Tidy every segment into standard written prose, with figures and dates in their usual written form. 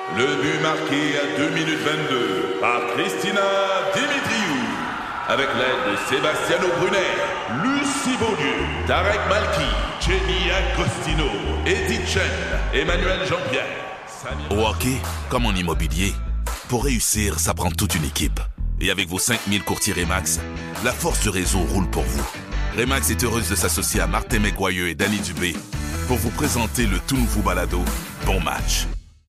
Le but marqué à 2 minutes 22 par Christina Dimitriou. Avec l'aide de Sebastiano Brunet, Lucie Beaulieu, Tarek Malki, Jenny Agostino, Edith Chen, Emmanuel Jean-Pierre. Au hockey, comme en immobilier, pour réussir, ça prend toute une équipe. Et avec vos 5000 courtiers Remax, la force du réseau roule pour vous. Remax est heureuse de s'associer à Martin McGuire et Danny Dubé pour vous présenter le tout nouveau balado Bon Match.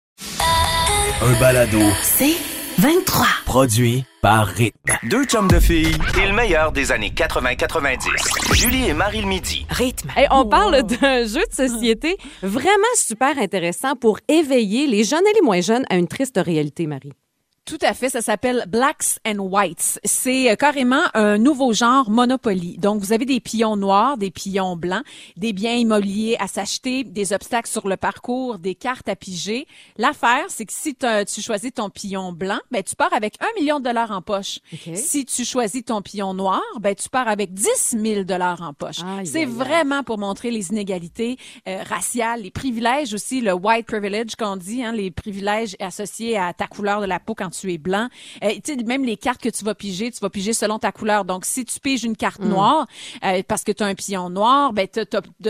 Un balado. C'est 23. Produit par Rythme. Deux chums de filles et le meilleur des années 80-90. Julie et Marie le midi. Rythme. Hey, on parle d'un jeu de société vraiment super intéressant pour éveiller les jeunes et les moins jeunes à une triste réalité, Marie. Tout à fait, ça s'appelle Blacks and Whites. C'est carrément un nouveau genre Monopoly. Donc, vous avez des pions noirs, des pions blancs, des biens immobiliers à s'acheter, des obstacles sur le parcours, des cartes à piger. L'affaire, c'est que si tu choisis ton pion blanc, ben tu pars avec 1 million de dollars en poche. Okay. Si tu choisis ton pion noir, ben tu pars avec 10 000 dollars en poche. C'est vraiment pour montrer les inégalités raciales, les privilèges aussi, le white privilege qu'on dit, hein, les privilèges associés à ta couleur de la peau quand tu es blanc. Tu sais, même les cartes que tu vas piger selon ta couleur. Donc, si tu piges une carte noire, parce que tu as un pion noir, ben t'as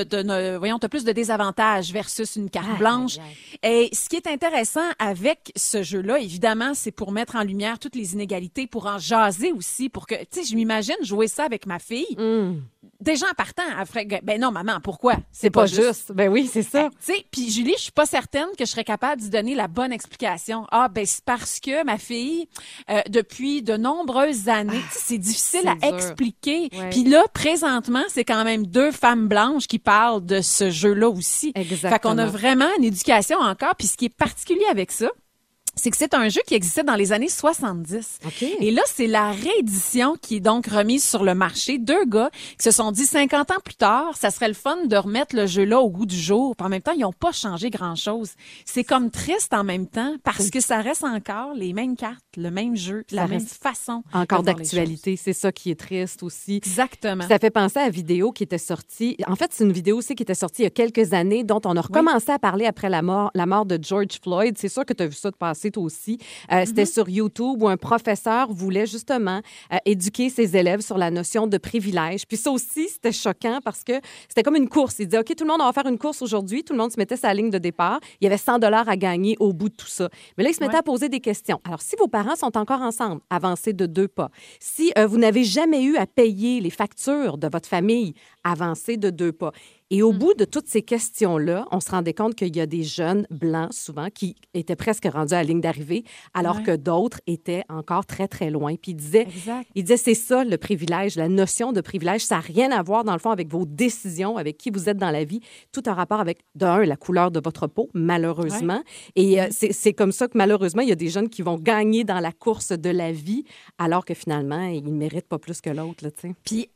plus de désavantages versus une carte blanche. Et ce qui est intéressant avec ce jeu-là, évidemment, c'est pour mettre en lumière toutes les inégalités, pour en jaser aussi, pour que, tu sais, je m'imagine jouer ça avec ma fille. Déjà en partant, elle ferait, ben non, maman, pourquoi? C'est pas juste. Ben oui, c'est ça. Tu sais, puis Julie, je suis pas certaine que je serais capable d'y donner la bonne explication. Ah, ben c'est parce que ma fille, depuis de nombreuses années, c'est difficile à expliquer. Ouais. Puis là, présentement, c'est quand même 2 femmes blanches qui parlent de ce jeu-là aussi. Exactement. Fait qu'on a vraiment une éducation encore. Puis ce qui est particulier avec ça, c'est que c'est un jeu qui existait dans les années 70. Okay. Et là, c'est la réédition qui est donc remise sur le marché. 2 gars qui se sont dit 50 ans plus tard, ça serait le fun de remettre le jeu-là au goût du jour. Puis en même temps, ils n'ont pas changé grand-chose. C'est comme triste en même temps parce que ça reste encore les mêmes cartes, le même jeu, la même façon. Encore d'actualité. C'est ça qui est triste aussi. Exactement. Puis ça fait penser à la vidéo qui était sortie. En fait, c'est une vidéo aussi qui était sortie il y a quelques années dont on a recommencé à parler après la mort de George Floyd. C'est sûr que tu as vu ça de passer toi aussi. C'était sur YouTube où un professeur voulait justement éduquer ses élèves sur la notion de privilège. Puis ça aussi, c'était choquant parce que c'était comme une course. Il disait, OK, tout le monde, on va faire une course aujourd'hui. Tout le monde se mettait sa ligne de départ. Il y avait 100 $ à gagner au bout de tout ça. Mais là, il se mettait à poser des questions. Alors, si vos parents sont encore ensemble, avancez de 2 pas. Si vous n'avez jamais eu à payer les factures de votre famille, avancez de 2 pas. Et au bout de toutes ces questions-là, on se rendait compte qu'il y a des jeunes blancs, souvent, qui étaient presque rendus à la ligne d'arrivée, alors que d'autres étaient encore très, très loin. Puis il disait, c'est ça le privilège, la notion de privilège. Ça n'a rien à voir, dans le fond, avec vos décisions, avec qui vous êtes dans la vie. Tout a rapport avec, la couleur de votre peau, malheureusement. Et c'est comme ça que, malheureusement, il y a des jeunes qui vont gagner dans la course de la vie, alors que, finalement, ils ne méritent pas plus que l'autre, là, tu sais. Puis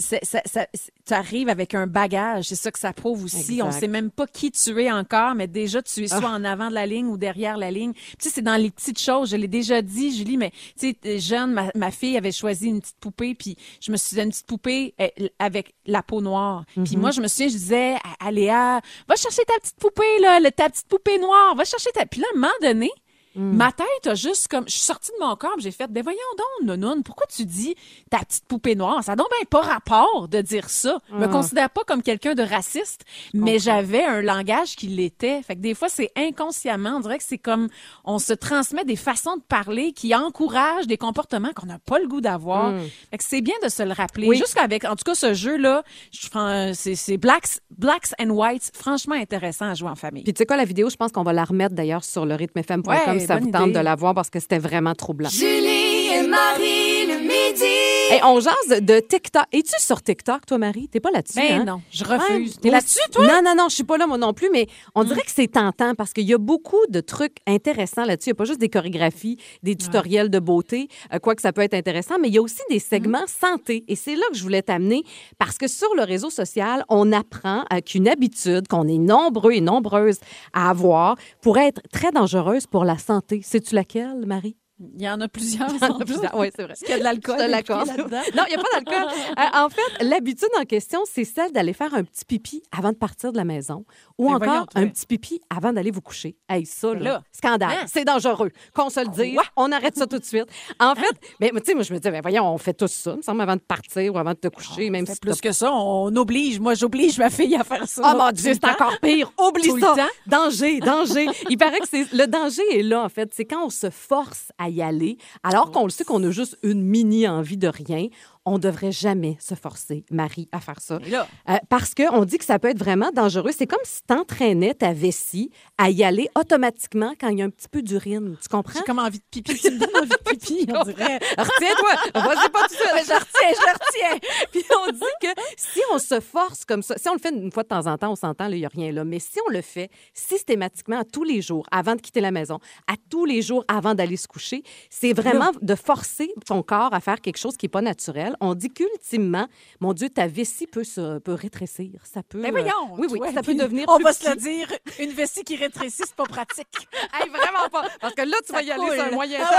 ça arrive avec un bagage, c'est ça que ça prouve aussi. Exact. On sait même pas qui tu es encore, mais déjà, tu es soit en avant de la ligne ou derrière la ligne. Tu sais, c'est dans les petites choses. Je l'ai déjà dit, Julie, mais tu sais, jeune, ma fille avait choisi une petite poupée, puis je me suis dit une petite poupée avec la peau noire. Puis moi, je me souviens, je disais à Léa, va chercher ta petite poupée, là, ta petite poupée noire, va chercher ta... Puis là, à un moment donné, ma tête a juste comme... Je suis sortie de mon corps, j'ai fait, ben voyons donc, nounoune, pourquoi tu dis ta petite poupée noire? Ça n'a donc bien pas rapport de dire ça. Je me considère pas comme quelqu'un de raciste, mais j'avais un langage qui l'était. Fait que des fois, c'est inconsciemment, on dirait que c'est comme... On se transmet des façons de parler qui encouragent des comportements qu'on n'a pas le goût d'avoir. Fait que c'est bien de se le rappeler. Oui. Jusqu'avec, en tout cas, ce jeu-là, c'est Blacks and Whites, franchement intéressant à jouer en famille. Puis tu sais quoi, la vidéo, je pense qu'on va la remettre d'ailleurs sur le rythmefm.com si ça vous tente de la voir parce que c'était vraiment troublant. Julie et Marie le midi. Hey, on jase de TikTok. Es-tu sur TikTok, toi, Marie? T'es pas là-dessus, Ben hein? non, je refuse. Ouais. T'es là-dessus, toi? Non, je suis pas là, moi non plus, mais on dirait que c'est tentant parce qu'il y a beaucoup de trucs intéressants là-dessus. Il n'y a pas juste des chorégraphies, des tutoriels de beauté, quoique ça peut être intéressant, mais il y a aussi des segments santé. Et c'est là que je voulais t'amener parce que sur le réseau social, on apprend qu'une habitude qu'on est nombreux et nombreuses à avoir pourrait être très dangereuse pour la santé. Sais-tu laquelle, Marie? Il y en a plusieurs. Oui, c'est vrai. Est-ce qu'il y a de l'alcool là-dedans? Non, il n'y a pas d'alcool. En fait, l'habitude en question, c'est celle d'aller faire un petit pipi avant de partir de la maison ou encore un petit pipi avant d'aller vous coucher. Hey, ça, là, scandale. C'est dangereux. Qu'on se le dise, on arrête ça tout de suite. En fait, tu sais, moi, je me dis, voyons, on fait tous ça, il me semble, avant de partir ou avant de te coucher. Même si plus que ça, on oblige. Moi, j'oblige ma fille à faire ça. Oh mon Dieu, c'est encore pire. Oublie ça. Danger. Il paraît que le danger est là, en fait. C'est quand on se force à y aller, alors qu'on le sait qu'on a juste une mini envie de rien. On ne devrait jamais se forcer, Marie, à faire ça. Parce qu'on dit que ça peut être vraiment dangereux. C'est comme si tu entraînais ta vessie à y aller automatiquement quand il y a un petit peu d'urine. Tu comprends? J'ai comme envie de pipi. Tu me donnes envie de pipi, on dirait. Retiens-toi! Vas-y pas tout seul. Je retiens. Puis on dit que si on se force comme ça, si on le fait une fois de temps en temps, on s'entend, il n'y a rien là. Mais si on le fait systématiquement, à tous les jours, avant de quitter la maison, à tous les jours avant d'aller se coucher, c'est vraiment de forcer ton corps à faire quelque chose qui n'est pas naturel. On dit qu'ultimement, mon Dieu, ta vessie peut rétrécir. Ça peut. Mais voyons! Oui, ça peut devenir. On plus va petit. se le dire, une vessie qui rétrécit, c'est pas pratique. Hey, vraiment pas. Parce que là, tu vas y aller sur un moyen temps.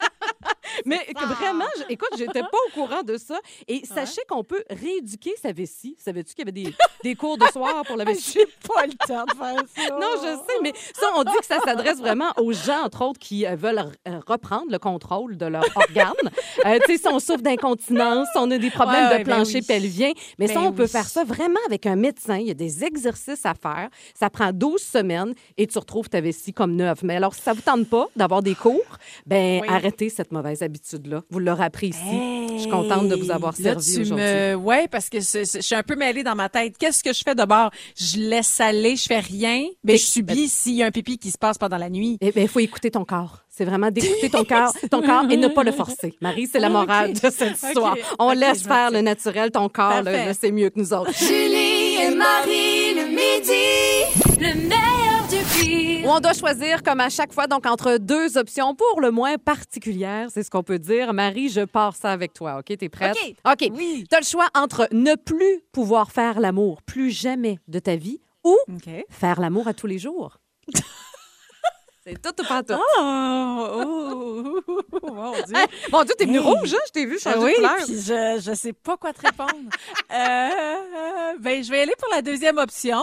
Mais vraiment, écoute, j'étais pas au courant de ça. Et sachez qu'on peut rééduquer sa vessie. Savais-tu qu'il y avait des cours de soir pour la vessie? J'ai pas le temps de faire ça. Non, je sais, mais ça, on dit que ça s'adresse vraiment aux gens, entre autres, qui veulent reprendre le contrôle de leur organe. Tu sais, si on souffre d'incontinence, si on a des problèmes de plancher pelvien. Mais ça, on peut faire ça vraiment avec un médecin. Il y a des exercices à faire. Ça prend 12 semaines et tu retrouves ta vessie comme neuve. Mais alors, si ça vous tente pas d'avoir des cours, arrêtez cette mauvaise habitude-là. Vous l'aurez appris ici. Je suis contente de vous avoir servi aujourd'hui. Oui, parce que je suis un peu mêlée dans ma tête. Qu'est-ce que je fais d'abord? Je laisse aller, je fais rien, mais je subis s'il y a un pipi qui se passe pendant la nuit. Eh bien, il faut écouter ton corps. C'est vraiment d'écouter ton corps et ne pas le forcer. Marie, c'est la morale de cette histoire. On laisse faire le naturel. Ton corps, là, c'est mieux que nous autres. Julie et Marie, le midi, le meilleur du pire. Où on doit choisir, comme à chaque fois, donc entre deux options pour le moins particulières, c'est ce qu'on peut dire. Marie, je pars ça avec toi, OK? T'es prête? OK. Oui. T'as le choix entre ne plus pouvoir faire l'amour plus jamais de ta vie ou faire l'amour à tous les jours. C'est tout ou pas tout? Mon Dieu. Mon Dieu, t'es venue rouge, hein? Je t'ai vu changer de couleur. Puis je sais pas quoi te répondre. Je vais aller pour la deuxième option.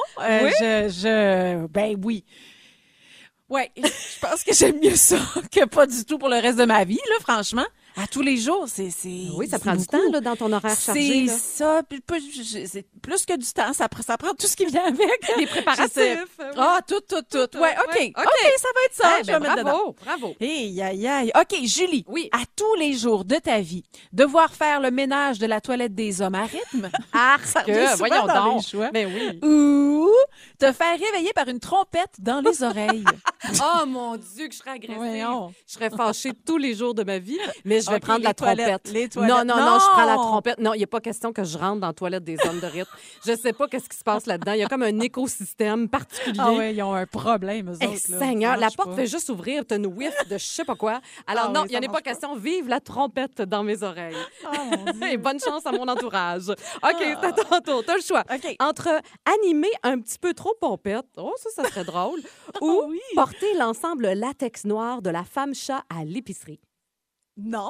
Oui. Ouais, je pense que j'aime mieux ça que pas du tout pour le reste de ma vie, là, franchement. À tous les jours, c'est oui, ça prend du temps là, dans ton horaire chargé. C'est ça, c'est plus que du temps. Ça prend tout ce qui vient avec. Les préparatifs. Tout. Ouais, OK, ça va être ça. Je vais mettre dedans. Bravo. Aïe. OK, Julie. Oui. À tous les jours de ta vie, devoir faire le ménage de la toilette des hommes à rythme. Voyons donc. Mais oui. Ou te faire réveiller par une trompette dans les oreilles. Oh mon Dieu, que je serais agressive. Voyons. Je serais fâchée tous les jours de ma vie, mais je vais prendre la trompette. Les toilettes. Non, je prends la trompette. Non, il n'y a pas question que je rentre dans la toilette des hommes de rythme. Je sais pas qu'est-ce qui se passe là-dedans. Il y a comme un écosystème particulier. Ah oui, ils ont un problème, eux autres. Seigneur, la porte fait juste ouvrir. Tu as une whiff de je sais pas quoi. Alors non, il n'y en a pas question. Vive la trompette dans mes oreilles. Et bonne chance à mon entourage. OK, c'est à ton tour. Tu as le choix. Okay. Entre animer un petit peu trop pompette, ça serait drôle, ou porter l'ensemble latex noir de la femme chat à l'épicerie. Non.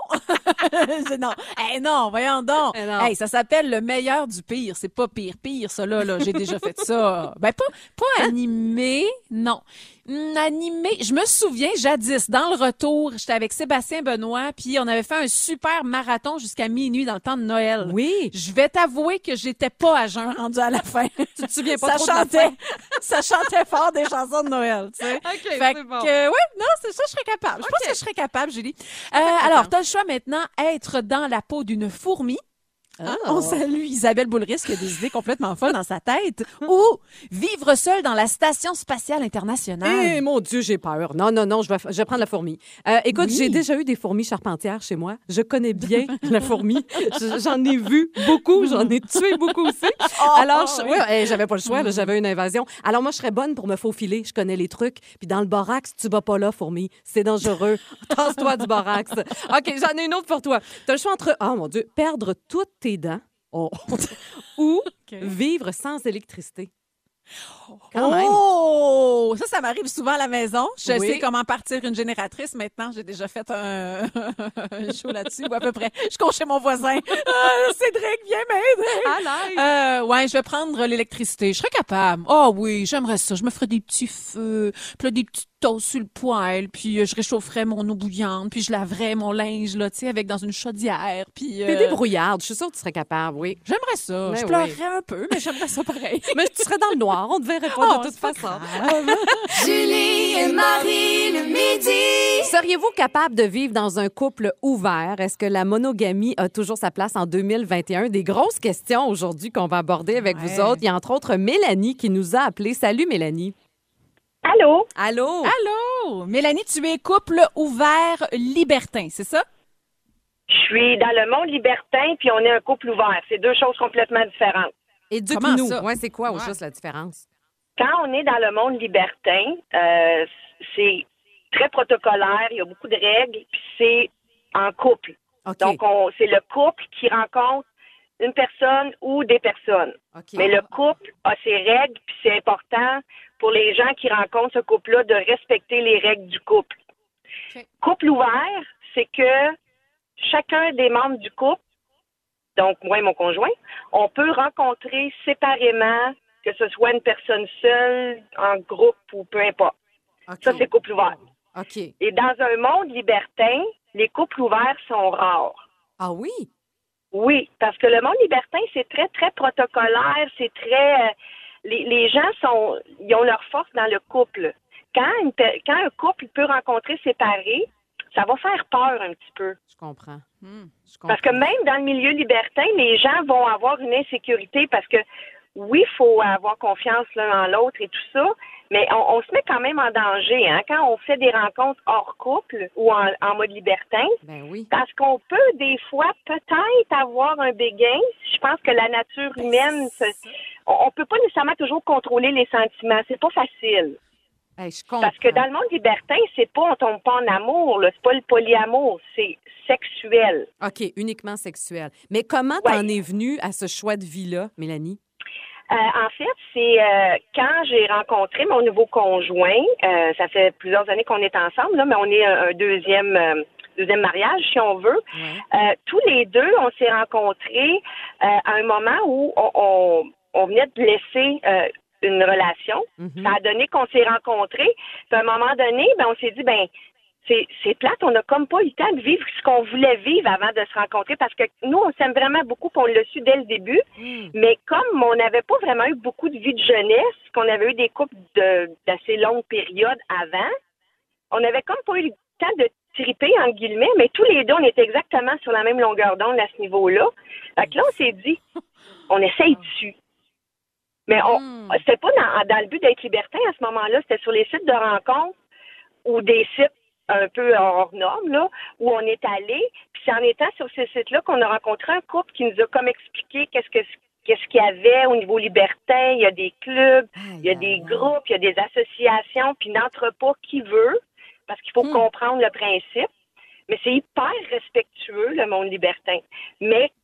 Non, voyons donc. Hey, ça s'appelle le meilleur du pire. C'est pas pire, ça là. J'ai déjà fait ça. Pas animé, non. Animé, je me souviens jadis, dans le retour, j'étais avec Sébastien Benoît, puis on avait fait un super marathon jusqu'à minuit dans le temps de Noël. Oui. Je vais t'avouer que j'étais pas à jeun rendu à la fin. Tu te souviens pas trop de la fin? Ça chantait fort des chansons de Noël, tu sais. OK, fait c'est bon. C'est ça, je serais capable. Je pense que je serais capable, Julie. Alors, t'as le choix maintenant, être dans la peau d'une fourmi. On salue Isabelle Boulris qui a des idées complètement folles dans sa tête. Ou vivre seule dans la Station spatiale internationale. Eh, mon Dieu, j'ai peur. Non, je vais prendre la fourmi. Écoute, j'ai déjà eu des fourmis charpentières chez moi. Je connais bien la fourmi. J'en ai vu beaucoup. J'en ai tué beaucoup aussi. Alors, j'avais pas le choix. Là, j'avais une invasion. Alors, moi, je serais bonne pour me faufiler. Je connais les trucs. Puis dans le borax, tu vas pas là, fourmi. C'est dangereux. Tasse-toi du borax. OK, j'en ai une autre pour toi. T'as le choix entre, mon Dieu, perdre toutes tes dents ou vivre sans électricité. Quand même. Oh! Ça m'arrive souvent à la maison. Je Oui. sais comment partir une génératrice maintenant. J'ai déjà fait un show là-dessus, ou à peu près. Je cours chez mon voisin. Cédric, viens m'aider! À l'aise. Ouais, je vais prendre l'électricité. Je serais capable. Oh oui, j'aimerais ça. Je me ferais des petits feux, puis là, des petites toasts sur le poêle, puis je réchaufferais mon eau bouillante, puis je laverais mon linge, là, tu sais, avec dans une chaudière, puis... T'es débrouillarde. Je suis sûre que tu serais capable, oui. J'aimerais ça. Mais je oui. pleurerais un peu, mais j'aimerais ça pareil. Mais tu serais dans le noir. On te verrait pas Oh, de toute c'est pas façon. Julie et Marie le midi. Seriez-vous capable de vivre dans un couple ouvert? Est-ce que la monogamie a toujours sa place en 2021? Des grosses questions aujourd'hui qu'on va aborder avec vous autres. Il y a entre autres Mélanie qui nous a appelé. Salut Mélanie. Allô? Allô? Allô? Mélanie, tu es couple ouvert libertin, c'est ça? Je suis dans le monde libertin, puis on est un couple ouvert. C'est deux choses complètement différentes. Éduque-nous. Comment ça? Ouais, c'est quoi au Ouais. juste la différence? Quand on est dans le monde libertin, c'est très protocolaire, il y a beaucoup de règles, puis c'est en couple. OK. Donc, c'est le couple qui rencontre une personne ou des personnes. OK. Mais le couple a ses règles, puis c'est important pour les gens qui rencontrent ce couple-là de respecter les règles du couple. OK. Couple ouvert, c'est que chacun des membres du couple, donc moi et mon conjoint, on peut rencontrer séparément, que ce soit une personne seule, en groupe ou peu importe. OK. Ça, c'est couple ouvert. OK. Et dans un monde libertin, les couples ouverts sont rares. Ah oui? Oui, parce que le monde libertin, c'est très, très protocolaire, c'est très... les gens ils ont leur force dans le couple. Quand un couple peut rencontrer séparés, ça va faire peur un petit peu. Je comprends. Je comprends. Parce que même dans le milieu libertin, les gens vont avoir une insécurité parce que, oui, il faut avoir confiance l'un en l'autre et tout ça, mais on se met quand même en danger quand on fait des rencontres hors couple ou en mode libertin. Ben oui. Parce qu'on peut, des fois, peut-être avoir un béguin. Je pense que la nature humaine, on peut pas nécessairement toujours contrôler les sentiments. C'est pas facile. Hey, je comprends. Parce que dans le monde libertin, c'est pas, on tombe pas en amour, là. C'est pas le polyamour, c'est sexuel. OK, uniquement sexuel. Mais comment Ouais. t'en es venue à ce choix de vie-là, Mélanie? En fait, c'est quand j'ai rencontré mon nouveau conjoint, ça fait plusieurs années qu'on est ensemble, là, mais on est un deuxième mariage, si on veut. Ouais. Tous les deux, on s'est rencontrés à un moment où on venait de laisser une relation. Mhm. Ça a donné qu'on s'est rencontrés. Puis à un moment donné, on s'est dit, c'est plate, on n'a comme pas eu le temps de vivre ce qu'on voulait vivre avant de se rencontrer parce que nous, on s'aime vraiment beaucoup, puis on l'a su dès le début. Mais comme on n'avait pas vraiment eu beaucoup de vie de jeunesse, qu'on avait eu des couples d'assez longues périodes avant, on n'avait comme pas eu le temps de triper, en guillemets, mais tous les deux, on était exactement sur la même longueur d'onde à ce niveau-là. Fait que là, on s'est dit, on essaye dessus. Mais c'était pas dans le but d'être libertin à ce moment-là, c'était sur les sites de rencontres ou des sites un peu hors normes, là, où on est allé. Puis c'est en étant sur ces sites-là qu'on a rencontré un couple qui nous a comme expliqué qu'est-ce qu'il y avait au niveau libertin. Il y a des clubs, il y a des groupes, il y a des associations, puis n'entre pas qui veut, parce qu'il faut comprendre le principe. Mais c'est hyper respectueux, le monde libertin. Mais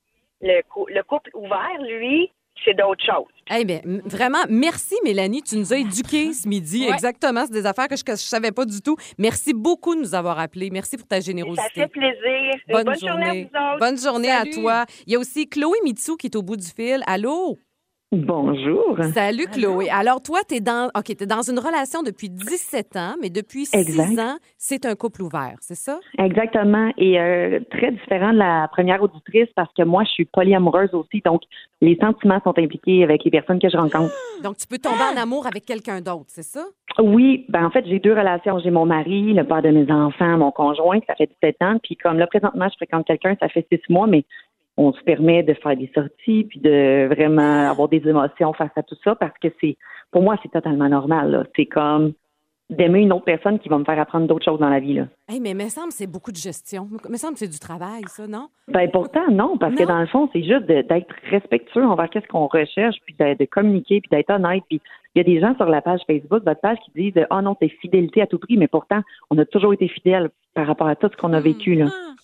le couple ouvert, lui, c'est d'autres choses. Eh bien, vraiment, merci Mélanie. Tu nous as éduqués ce midi. Ouais. Exactement. C'est des affaires que je savais pas du tout. Merci beaucoup de nous avoir appelés. Merci pour ta Ça générosité. fait plaisir. Bonne journée à vous autres. Bonne journée Salut. à toi. Il y a aussi Chloé Mitsou qui est au bout du fil. Allô? Bonjour. Salut Chloé. Alors toi, t'es dans une relation depuis 17 ans, mais depuis 6 Exact. ans, c'est un couple ouvert, c'est ça? Exactement. Et très différent de la première auditrice parce que moi, je suis polyamoureuse aussi. Donc, les sentiments sont impliqués avec les personnes que je rencontre. Donc tu peux tomber en amour avec quelqu'un d'autre, c'est ça? Oui, en fait, j'ai deux relations. J'ai mon mari, le père de mes enfants, mon conjoint, ça fait 17 ans. Puis comme là, présentement, je fréquente quelqu'un, ça fait 6 mois, mais on se permet de faire des sorties puis de vraiment avoir des émotions face à tout ça parce que pour moi, c'est totalement normal, là. C'est comme d'aimer une autre personne qui va me faire apprendre d'autres choses dans la vie, là. Hey, mais il me semble que c'est beaucoup de gestion. Il me semble que c'est du travail, ça, non? Pourtant, non, parce que Non. dans le fond, c'est juste d'être respectueux envers qu'est-ce qu'on recherche, puis de communiquer, puis d'être honnête. Puis il y a des gens sur la page Facebook, votre page, qui disent « Ah non, c'est fidélité à tout prix », mais pourtant, on a toujours été fidèles par rapport à tout ce qu'on a vécu, là.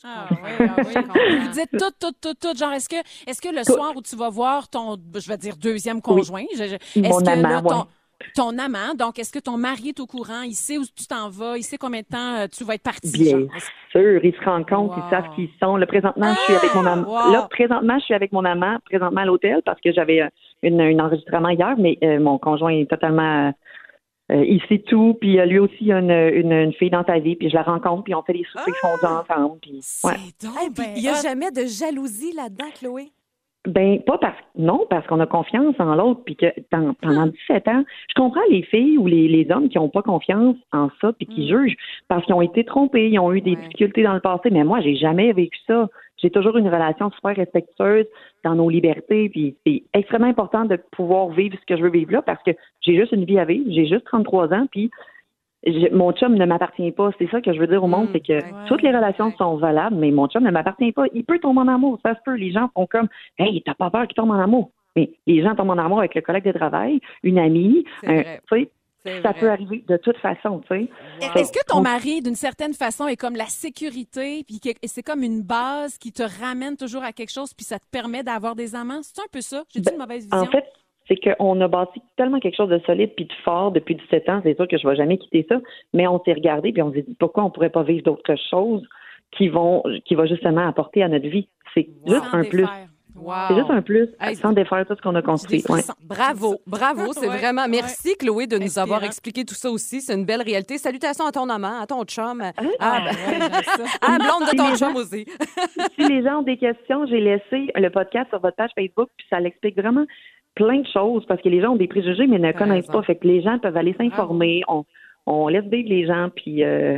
Vous dites tout. Genre, est-ce que le soir où tu vas voir ton, je vais dire, deuxième conjoint, Mon amant, ton amant, donc est-ce que ton mari est au courant? Il sait où tu t'en vas? Il sait combien de temps tu vas être parti? Bien sûr, ils se rendent compte, ils savent qui ils sont. Là, présentement, je suis avec mon amant. Là, présentement, je suis avec mon amant, présentement à l'hôtel, parce que j'avais un enregistrement hier, mais mon conjoint est totalement... il sait tout, puis lui aussi, il y a une fille dans sa vie, puis je la rencontre, puis on fait des soupers fondus ensemble. Puis, il n'y a jamais de jalousie là-dedans, Chloé? Ben, parce qu'on a confiance en l'autre, puis que pendant 17 ans, je comprends les filles ou les hommes qui n'ont pas confiance en ça, puis qui jugent, parce qu'ils ont été trompés, ils ont eu des difficultés dans le passé, mais moi, j'ai jamais vécu ça. J'ai toujours une relation super respectueuse dans nos libertés, puis c'est extrêmement important de pouvoir vivre ce que je veux vivre là, parce que j'ai juste une vie à vivre, j'ai juste 33 ans, puis mon chum ne m'appartient pas. C'est ça que je veux dire au monde, c'est que toutes les relations sont valables, mais mon chum ne m'appartient pas. Il peut tomber en amour, ça se peut. Les gens font comme, hey, t'as pas peur qu'il tombe en amour. Mais les gens tombent en amour avec le collègue de travail, une amie, tu sais. Ça peut arriver de toute façon, tu sais. Est-ce que ton mari, d'une certaine façon, est comme la sécurité, puis c'est comme une base qui te ramène toujours à quelque chose, puis ça te permet d'avoir des amants? C'est un peu ça? J'ai-tu une mauvaise vision? En fait, c'est qu'on a bâti tellement quelque chose de solide puis de fort depuis 17 ans. C'est sûr que je ne vais jamais quitter ça, mais on s'est regardé puis on s'est dit pourquoi on ne pourrait pas vivre d'autres choses qui vont justement apporter à notre vie. C'est juste un plus. C'est juste un plus, sans défaire tout ce qu'on a construit. Bravo, c'est vraiment... Merci, Chloé, de nous avoir expliqué tout ça aussi. C'est une belle réalité. Salutations à ton amant, à ton chum, à la blonde de ton chum aussi. Si les gens ont des questions, j'ai laissé le podcast sur votre page Facebook, puis ça l'explique vraiment plein de choses, parce que les gens ont des préjugés, mais ne connaissent pas. Fait que les gens peuvent aller s'informer. On laisse vivre les gens, puis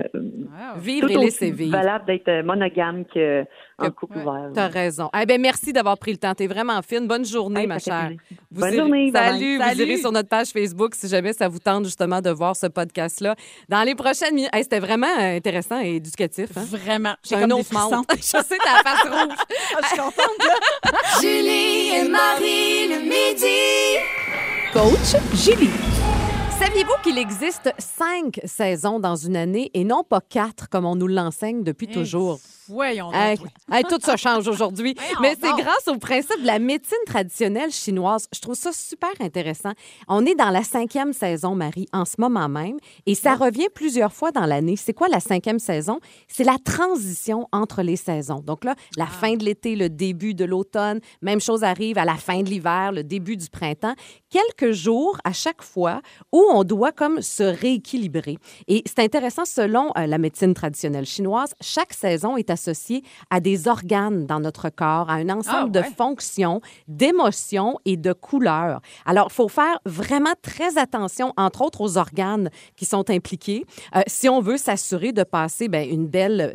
vivre et laisser vivre. C'est valable d'être monogame qu'en couple ouvert. T'as raison. Eh bien, merci d'avoir pris le temps. T'es vraiment fine. Bonne journée, ma chère. Bonne journée. Salut. Vous irez sur notre page Facebook si jamais ça vous tente justement de voir ce podcast-là. Dans les prochaines minutes... c'était vraiment intéressant et éducatif. Hein? Vraiment. J'ai un autre monde. Je sais, t'as la face rouge. Je suis contente. Julie et Marie le midi. Coach Julie. Saviez-vous qu'il existe 5 saisons dans une année et non pas 4 comme on nous l'enseigne depuis toujours? Voyons tout ça change aujourd'hui. Mais c'est grâce au principe de la médecine traditionnelle chinoise. Je trouve ça super intéressant. On est dans la 5e saison, Marie, en ce moment même, et ça revient plusieurs fois dans l'année. C'est quoi la 5e saison? C'est la transition entre les saisons. Donc là, la fin de l'été, le début de l'automne, même chose arrive à la fin de l'hiver, le début du printemps. Quelques jours à chaque fois où on doit comme se rééquilibrer. Et c'est intéressant, selon la médecine traditionnelle chinoise, chaque saison est associée à des organes dans notre corps, à un ensemble de fonctions, d'émotions et de couleurs. Alors, il faut faire vraiment très attention, entre autres, aux organes qui sont impliqués, si on veut s'assurer de passer une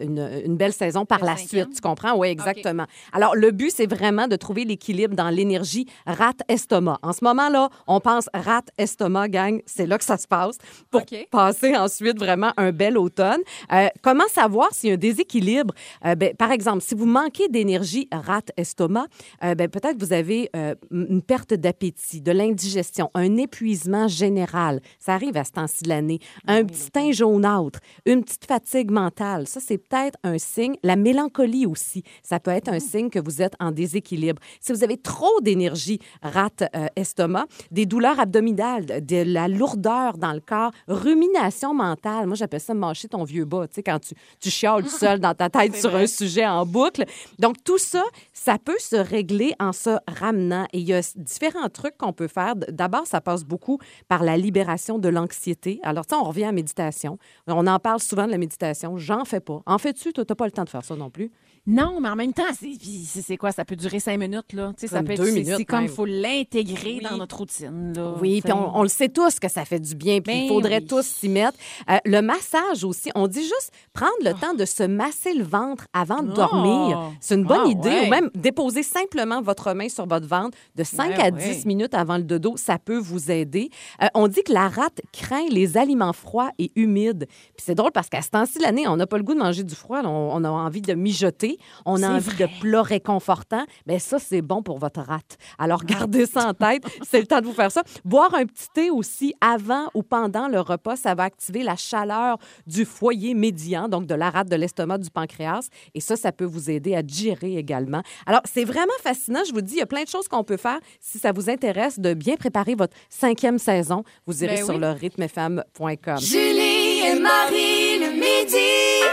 belle saison par la suite. Tu comprends? Oui, exactement. Okay. Alors, le but, c'est vraiment de trouver l'équilibre dans l'énergie rate-estomac. En ce moment-là, on pense rate-estomac, gang, c'est là que ça se passe pour passer ensuite vraiment un bel automne. Comment savoir s'il y a un déséquilibre? Par exemple, si vous manquez d'énergie rate-estomac, peut-être que vous avez une perte d'appétit, de l'indigestion, un épuisement général. Ça arrive à ce temps-ci de l'année. Un petit teint jaunâtre, une petite fatigue mentale. Ça, c'est peut-être un signe. La mélancolie aussi, ça peut être un signe que vous êtes en déséquilibre. Si vous avez trop d'énergie rate-estomac, des douleurs abdominales, de la lourdeur dans le corps, rumination mentale. Moi, j'appelle ça mâcher ton vieux bas, tu sais, quand tu chiales seul dans ta tête sur un sujet en boucle. Donc, tout ça, ça peut se régler en se ramenant. Et il y a différents trucs qu'on peut faire. D'abord, ça passe beaucoup par la libération de l'anxiété. Alors, tu sais, on revient à la méditation. On en parle souvent de la méditation. J'en fais pas. En fais-tu? Toi, t'as pas le temps de faire ça non plus? Non, mais en même temps, c'est quoi? Ça peut durer 5 minutes, là. Tu sais, ça peut être 2 minutes. C'est comme il faut l'intégrer dans notre routine, là. Oui, puis on le sait tous que ça fait du bien, puis il faudrait tous s'y mettre. Le massage aussi, on dit juste prendre le temps de se masser le ventre avant de dormir. C'est une bonne idée. Ou même déposer simplement votre main sur votre ventre de 5 à 10 minutes avant le dodo, ça peut vous aider. On dit que la rate craint les aliments froids et humides. Puis c'est drôle parce qu'à ce temps-ci de l'année, on n'a pas le goût de manger du froid. On a envie de mijoter. On a envie de plats réconfortants. Bien, ça, c'est bon pour votre rate. Alors, gardez ça en tête. C'est le temps de vous faire ça. Boire un petit thé aussi avant ou pendant le repas, ça va activer la chaleur du foyer médian, donc de la rate, de l'estomac, du pancréas. l'espace. Et ça peut vous aider à digérer également. Alors, c'est vraiment fascinant. Je vous dis, il y a plein de choses qu'on peut faire si ça vous intéresse de bien préparer votre 5e saison. Vous irez sur le rythmefm.com. Julie et Marie le midi.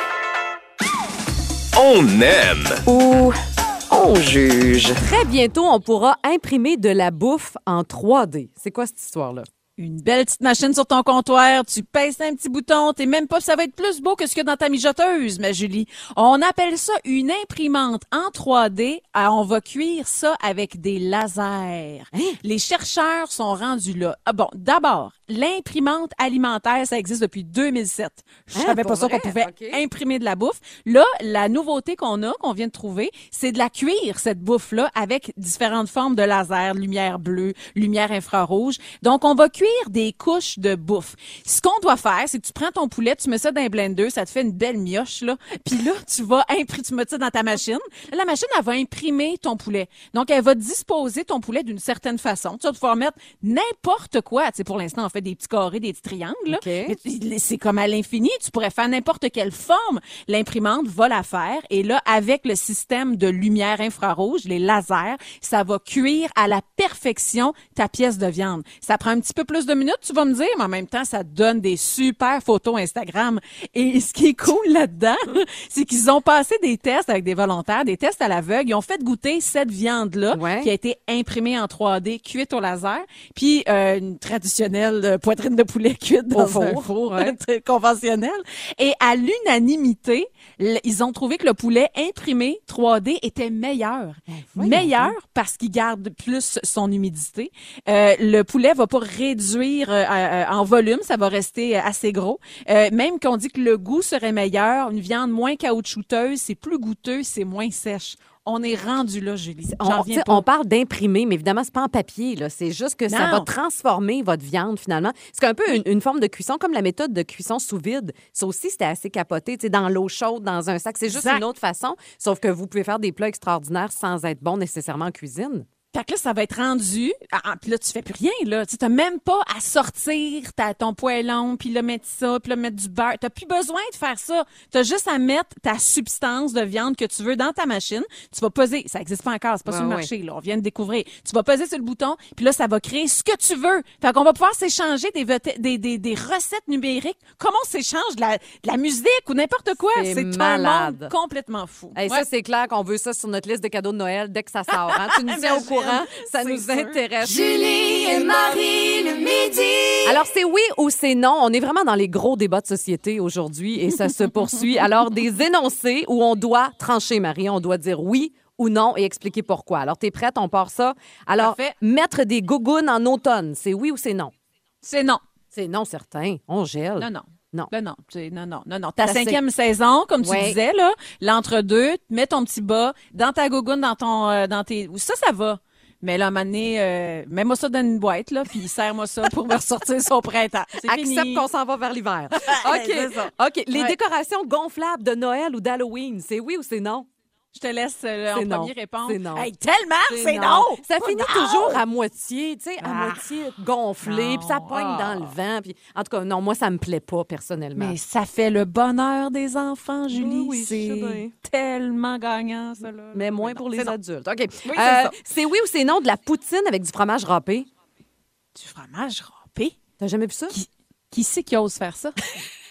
On aime. Ou on juge. Très bientôt, on pourra imprimer de la bouffe en 3D. C'est quoi cette histoire-là? Une belle petite machine sur ton comptoir, tu pèses un petit bouton, t'es même pas, ça va être plus beau que ce qu'il y a dans ta mijoteuse, ma Julie. On appelle ça une imprimante en 3D. On va cuire ça avec des lasers. Les chercheurs sont rendus là. Bon, d'abord, l'imprimante alimentaire, ça existe depuis 2007. Je savais pas ça qu'on pouvait imprimer de la bouffe. Là, la nouveauté qu'on vient de trouver, c'est de la cuire, cette bouffe-là, avec différentes formes de laser, lumière bleue, lumière infrarouge. Donc, on va cuire des couches de bouffe. Ce qu'on doit faire, c'est que tu prends ton poulet, tu mets ça dans un blender, ça te fait une belle mioche, là. Puis là, tu mets ça dans ta machine. La machine, elle va imprimer ton poulet. Donc, elle va disposer ton poulet d'une certaine façon. Tu vas pouvoir mettre n'importe quoi. Tu sais, pour l'instant, on fait des petits carrés, des petits triangles, là. C'est comme à l'infini. Tu pourrais faire n'importe quelle forme. L'imprimante va la faire. Et là, avec le système de lumière infrarouge, les lasers, ça va cuire à la perfection ta pièce de viande. Ça prend un petit peu plus de minutes, tu vas me dire, mais en même temps, ça te donne des super photos Instagram. Et ce qui est cool là-dedans, c'est qu'ils ont passé des tests avec des volontaires, des tests à l'aveugle. Ils ont fait goûter cette viande-là qui a été imprimée en 3D, cuite au laser, puis une traditionnelle poitrine de poulet cuite dans un four conventionnel. Et à l'unanimité, ils ont trouvé que le poulet imprimé 3D était meilleur. Meilleur parce qu'il garde plus son humidité. Le poulet va pas réduire en volume, ça va rester assez gros. Même qu'on dit que le goût serait meilleur, une viande moins caoutchouteuse, c'est plus goûteux, c'est moins sèche. On est rendu là, Julie. On parle d'imprimer, mais évidemment, c'est pas en papier. Là. C'est juste que ça va transformer votre viande, finalement. C'est un peu une forme de cuisson, comme la méthode de cuisson sous vide. Ça aussi, c'était assez capoté. Dans l'eau chaude, dans un sac. C'est juste une autre façon, sauf que vous pouvez faire des plats extraordinaires sans être bon nécessairement en cuisine. Fait que là, ça va être rendu. Puis là, tu fais plus rien, là. Tu n'as même pas à sortir ton poêlon, puis là, mettre ça, puis là, mettre du beurre. T'as plus besoin de faire ça. T'as juste à mettre ta substance de viande que tu veux dans ta machine. Tu vas peser. Ça existe pas encore. C'est pas sur le marché, là. On vient de découvrir. Tu vas peser sur le bouton, puis là, ça va créer ce que tu veux. Fait qu'on va pouvoir s'échanger des recettes numériques. Comment on s'échange de la musique ou n'importe quoi. C'est un monde complètement fou. Ça, c'est clair qu'on veut ça sur notre liste de cadeaux de Noël dès que ça sort. Hein? Tu nous tiens au courant. Ça nous intéresse. Julie et Marie le midi. Alors, c'est oui ou c'est non. On est vraiment dans les gros débats de société aujourd'hui et ça se poursuit. Alors, des énoncés où on doit trancher, Marie. On doit dire oui ou non et expliquer pourquoi. Alors, t'es prête? On part ça. Alors, mettre des gougounes en automne, c'est oui ou c'est non? C'est non. C'est non, certain. On gèle. Non. Non. Non. Ta 5e saison, comme tu disais, là, l'entre-deux, mets ton petit bas dans ta gougoune, dans tes... Ça va. Mais là, à un moment donné, mets-moi ça dans une boîte, là, puis serre-moi ça pour me ressortir son printemps. C'est Accepte fini. qu'on s'en va vers l'hiver. OK. Les décorations gonflables de Noël ou d'Halloween, c'est oui ou c'est non? Je te laisse en premier répondre. C'est non. Hey, tellement, c'est non! Ça finit toujours à moitié, tu sais, à moitié gonflé, puis ça pogne dans le vent. Puis, en tout cas, non, moi, ça me plaît pas, personnellement. Mais ça fait le bonheur des enfants, Julie. Oui, c'est tellement gagnant, ça. Là. Mais moins pour les adultes. OK. Oui, c'est oui ou c'est non de la poutine avec du fromage râpé? Du fromage râpé? T'as jamais vu ça? Qui c'est qui ose faire ça?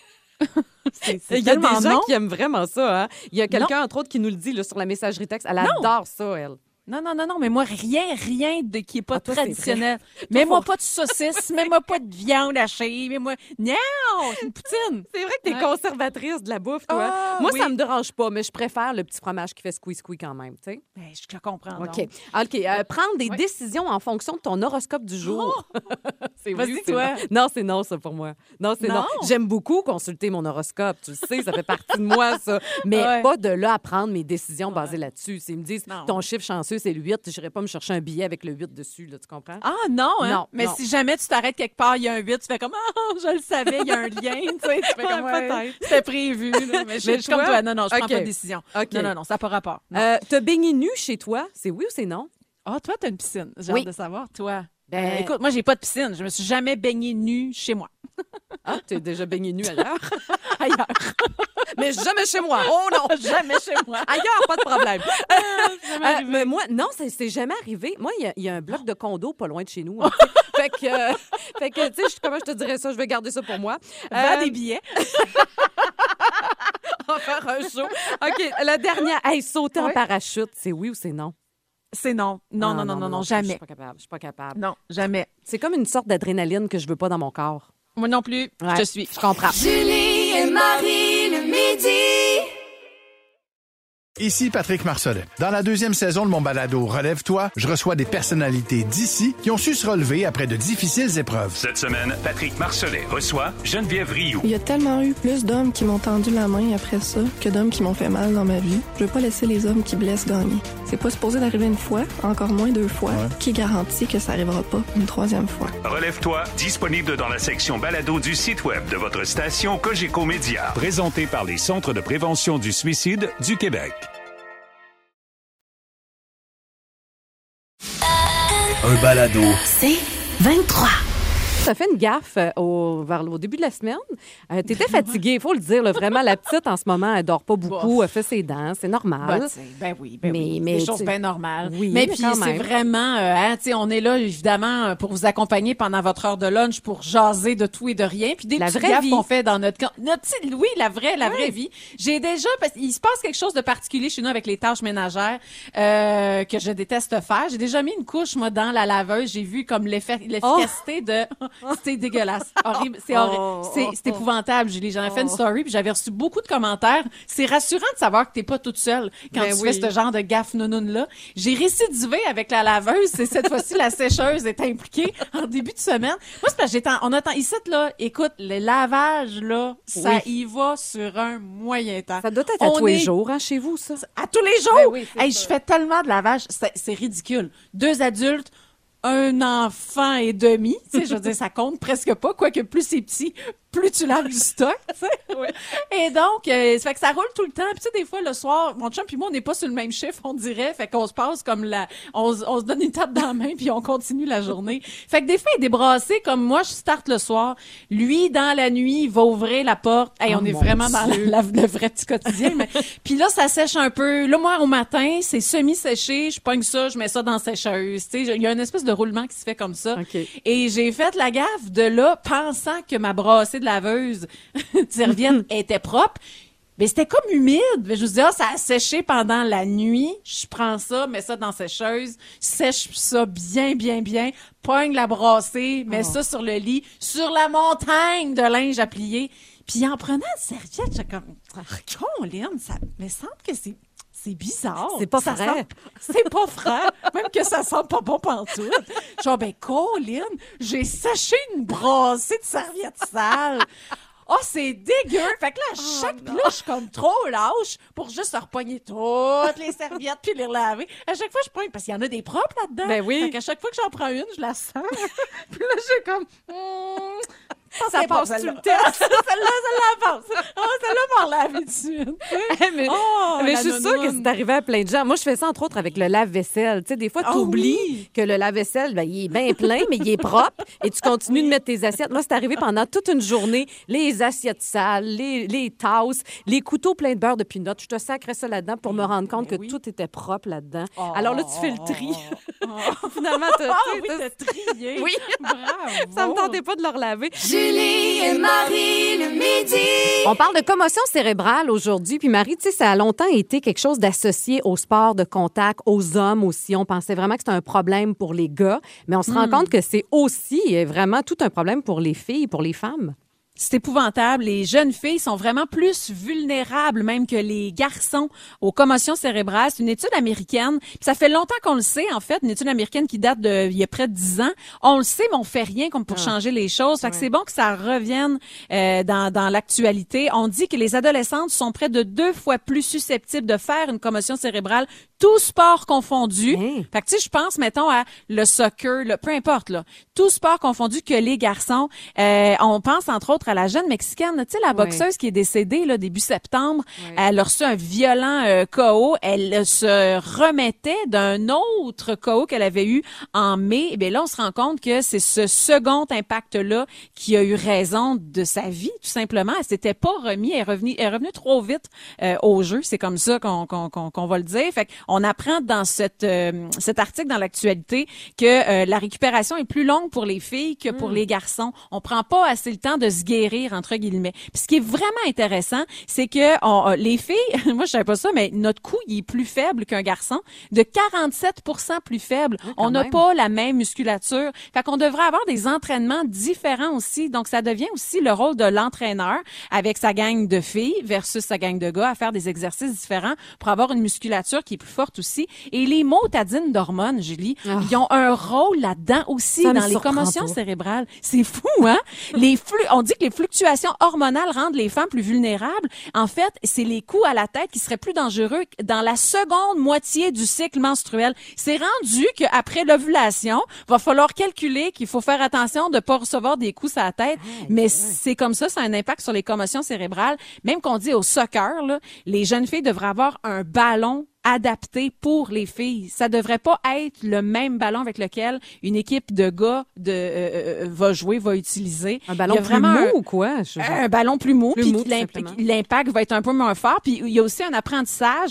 Il y a des gens qui aiment vraiment ça. Hein? Il y a quelqu'un, entre autres, qui nous le dit là, sur la messagerie texte. Elle adore ça, elle. Non, mais moi, rien de qui est pas traditionnel. Mets-moi pas de saucisse, mets-moi pas de viande hachée, mets-moi... Non, c'est une poutine. C'est vrai que t'es conservatrice de la bouffe, toi. Moi, ça me dérange pas, mais je préfère le petit fromage qui fait squeeze-squeeze quand même, tu sais. Ben, je te comprends. OK. Prendre des décisions en fonction de ton horoscope du jour. C'est Vas-y, toi. Non, c'est non, ça, pour moi. Non, c'est non. J'aime beaucoup consulter mon horoscope, tu le sais, ça fait partie de moi, ça. Mais pas de là à prendre mes décisions basées là-dessus. S'ils me disent, ton chiffre chanceux, c'est le 8, je n'irai pas me chercher un billet avec le 8 dessus, là, tu comprends? Ah non, hein? Non. Mais si jamais tu t'arrêtes quelque part, il y a un 8, tu fais comme je le savais, il y a un lien, tu sais, tu fais comme peut-être. C'était prévu. Là. Mais je suis comme toi, non, je prends pas de décision. Okay. Non, ça n'a pas rapport. Te baigner nu chez toi, c'est oui ou c'est non? Ah, toi, t'as une piscine. J'ai hâte de savoir, toi. Écoute, moi, j'ai pas de piscine. Je me suis jamais baignée nue chez moi. Ah, t'es déjà baigné nu ailleurs? Ailleurs. mais jamais chez moi. Oh non, Jamais chez moi. ailleurs, pas de problème. Jamais arrivé. Mais moi, non, c'est jamais arrivé. Moi, il y a un bloc de condo pas loin de chez nous. Hein, fait que, tu sais, comment je te dirais ça? Je vais garder ça pour moi. Vends des billets. On va faire un show. OK, la dernière. Hey, sauter en Oui. parachute, c'est oui ou c'est non? C'est non. Non, Ah, non, Je jamais. suis pas capable. Non, jamais. C'est comme une sorte d'adrénaline que je veux pas dans mon corps. Moi non plus. Ouais, Je te suis. Je comprends. Julie et Marie le midi. Ici Patrick Marcelet. Dans la 2e saison de mon balado Relève-toi, je reçois des personnalités d'ici qui ont su se relever après de difficiles épreuves. Cette semaine, Patrick Marcelet reçoit Geneviève Rioux. Il y a tellement eu plus d'hommes qui m'ont tendu la main après ça que d'hommes qui m'ont fait mal dans ma vie. Je veux pas laisser les hommes qui blessent gagner. C'est pas supposé d'arriver une fois, encore moins 2 fois. Ouais. Qui garantit que ça arrivera pas une 3e fois? Relève-toi, disponible dans la section balado du site web de votre station Cogeco Média. Présenté par les Centres de prévention du suicide du Québec. Un balado. C'est 23. Tu as fait une gaffe au début de la semaine. Tu étais fatiguée, il faut le dire. Là, vraiment, la petite, en ce moment, elle dort pas beaucoup. Elle fait ses dents. C'est normal. Oui. Mais Des choses tu- bien normales. Oui, mais mais puis quand c'est même. vraiment, tu sais, on est là évidemment pour vous accompagner pendant votre heure de lunch pour jaser de tout et de rien. Puis des La petites vraie gaffes vie. qu'on fait dans notre petite, oui, la vraie vie. J'ai déjà, parce qu'il se passe quelque chose de particulier chez nous avec les tâches ménagères que je déteste faire. J'ai déjà mis une couche moi dans la laveuse. J'ai vu comme l'efficacité de, c'est dégueulasse. Horrible. C'est horrible. C'est épouvantable, Julie. J'en ai fait une story puis j'avais reçu beaucoup de commentaires. C'est rassurant de savoir que t'es pas toute seule quand Ben tu oui. fais ce genre de gaffe nounoune-là. J'ai récidivé avec la laveuse. C'est cette fois-ci la sécheuse est impliquée en début de semaine. Moi, c'est parce que ici, là, écoute, le lavage, là, ça y va sur un moyen temps. Ça doit être à tous les jours, hein, chez vous, ça. À tous les jours? Ben oui, c'est Hey, ça. je fais tellement de lavage, c'est ridicule. 2 adultes, un enfant et demi, tu sais, je veux dire, ça compte presque pas, quoique plus c'est petit, plus tu laves du stock, tu sais. Et donc, ça fait que ça roule tout le temps. Puis tu sais, des fois, le soir, mon chum puis moi, on n'est pas sur le même chiffre, on dirait. Fait qu'on se passe comme on se donne une tape dans la main puis on continue la journée. Fait que des fois, il est débrassé comme moi, je starte le soir. Lui, dans la nuit, il va ouvrir la porte. Hey, on est mon vraiment dans Dieu. le vrai petit quotidien. Mais puis là, ça sèche un peu. Là, moi, au matin, c'est semi-séché. Je pogne ça, je mets ça dans la sécheuse. Tu sais, il y a une espèce de roulement qui se fait comme ça. OK. Et j'ai fait la gaffe de là, pensant que ma brassée de laveuse de serviette était propre. Mais c'était comme humide. Mais je me disais, ça a séché pendant la nuit. Je prends ça, mets ça dans la sécheuse, sèche ça bien, pogne la brassée, mets ça sur le lit, sur la montagne de linge à plier. Puis en prenant une serviette, j'ai comme, Colin, ça me semble que c'est bizarre. C'est pas Ça frais. c'est pas frais. Même que ça sent pas bon pantoute. Genre, Colin, j'ai séché une brassée de serviettes sales. Oh, c'est dégueu! Fait que là, à chaque plat, je suis comme trop lâche pour juste repogner toutes les serviettes puis les laver. À chaque fois, je pogne, parce qu'il y en a des propres là-dedans. Ben oui. Fait qu'à chaque fois que j'en prends une, je la sens. Puis là, j'ai comme... Ça c'est passe bon, tout le celle-là. temps. Celle-là passe. Oh, celle-là m'en laver dessus. mais Oh, mais la je suis sûre que nounoune. c'est arrivé à plein de gens. Moi, je fais ça, entre autres, avec le lave-vaisselle. Tu sais, des fois, tu oublies oui. que le lave-vaisselle, ben, il est bien plein, mais il est propre et tu continues de mettre tes assiettes. Moi, c'est arrivé pendant toute une journée. Les assiettes sales, les tasses, les couteaux pleins de beurre de pinot. Je te sacrais ça là-dedans pour me rendre compte que tout était propre là-dedans. Alors là, tu fais le tri. Finalement, t'as trié. Oui. Bravo. Ça me tentait pas de leur laver. Julie et Marie le midi. On parle de commotion cérébrale aujourd'hui. Puis Marie, tu sais, ça a longtemps été quelque chose d'associé au sport de contact, aux hommes aussi. On pensait vraiment que c'était un problème pour les gars. Mais on se rend compte que c'est aussi vraiment tout un problème pour les filles, pour les femmes. C'est épouvantable. Les jeunes filles sont vraiment plus vulnérables même que les garçons aux commotions cérébrales. C'est une étude américaine. Puis ça fait longtemps qu'on le sait, en fait. Une étude américaine qui date il y a près de 10 ans. On le sait, mais on fait rien comme pour changer les choses. Fait que c'est bon que ça revienne dans l'actualité. On dit que les adolescentes sont près de 2 fois plus susceptibles de faire une commotion cérébrale Tout sport confondu. Fait que, tu sais, je pense, mettons, à le soccer, peu importe, là. Tout sport confondu que les garçons. On pense, entre autres, à la jeune Mexicaine, tu sais, la boxeuse qui est décédée, là, début septembre. Elle a reçu un violent KO. Elle se remettait d'un autre KO qu'elle avait eu en mai. Et bien là, on se rend compte que c'est ce second impact-là qui a eu raison de sa vie, tout simplement. Elle s'était pas remis. Elle est revenue trop vite au jeu. C'est comme ça qu'on va le dire. Fait on apprend dans cet article dans l'actualité que la récupération est plus longue pour les filles que pour les garçons. On prend pas assez le temps de se guérir, entre guillemets. Puis ce qui est vraiment intéressant, c'est que les filles, moi je savais pas ça, mais notre cou il est plus faible qu'un garçon, de 47% plus faible. On n'a pas la même musculature. Fait qu'on devrait avoir des entraînements différents aussi. Donc ça devient aussi le rôle de l'entraîneur avec sa gang de filles versus sa gang de gars à faire des exercices différents pour avoir une musculature qui est plus forte aussi. Et les motadines d'hormones, Julie, ils ont un rôle là-dedans aussi dans les commotions cérébrales. C'est fou, hein? On dit que les fluctuations hormonales rendent les femmes plus vulnérables. En fait, c'est les coups à la tête qui seraient plus dangereux dans la seconde moitié du cycle menstruel. C'est rendu qu'après l'ovulation, va falloir calculer qu'il faut faire attention de pas recevoir des coups à la tête. Mais c'est comme ça a un impact sur les commotions cérébrales. Même qu'on dit au soccer, là, les jeunes filles devraient avoir un ballon adapté pour les filles. Ça devrait pas être le même ballon avec lequel une équipe de gars va jouer, va utiliser. Un ballon plus mou ou quoi? Un ballon plus mou, puis l'impact va être un peu moins fort. Puis il y a aussi un apprentissage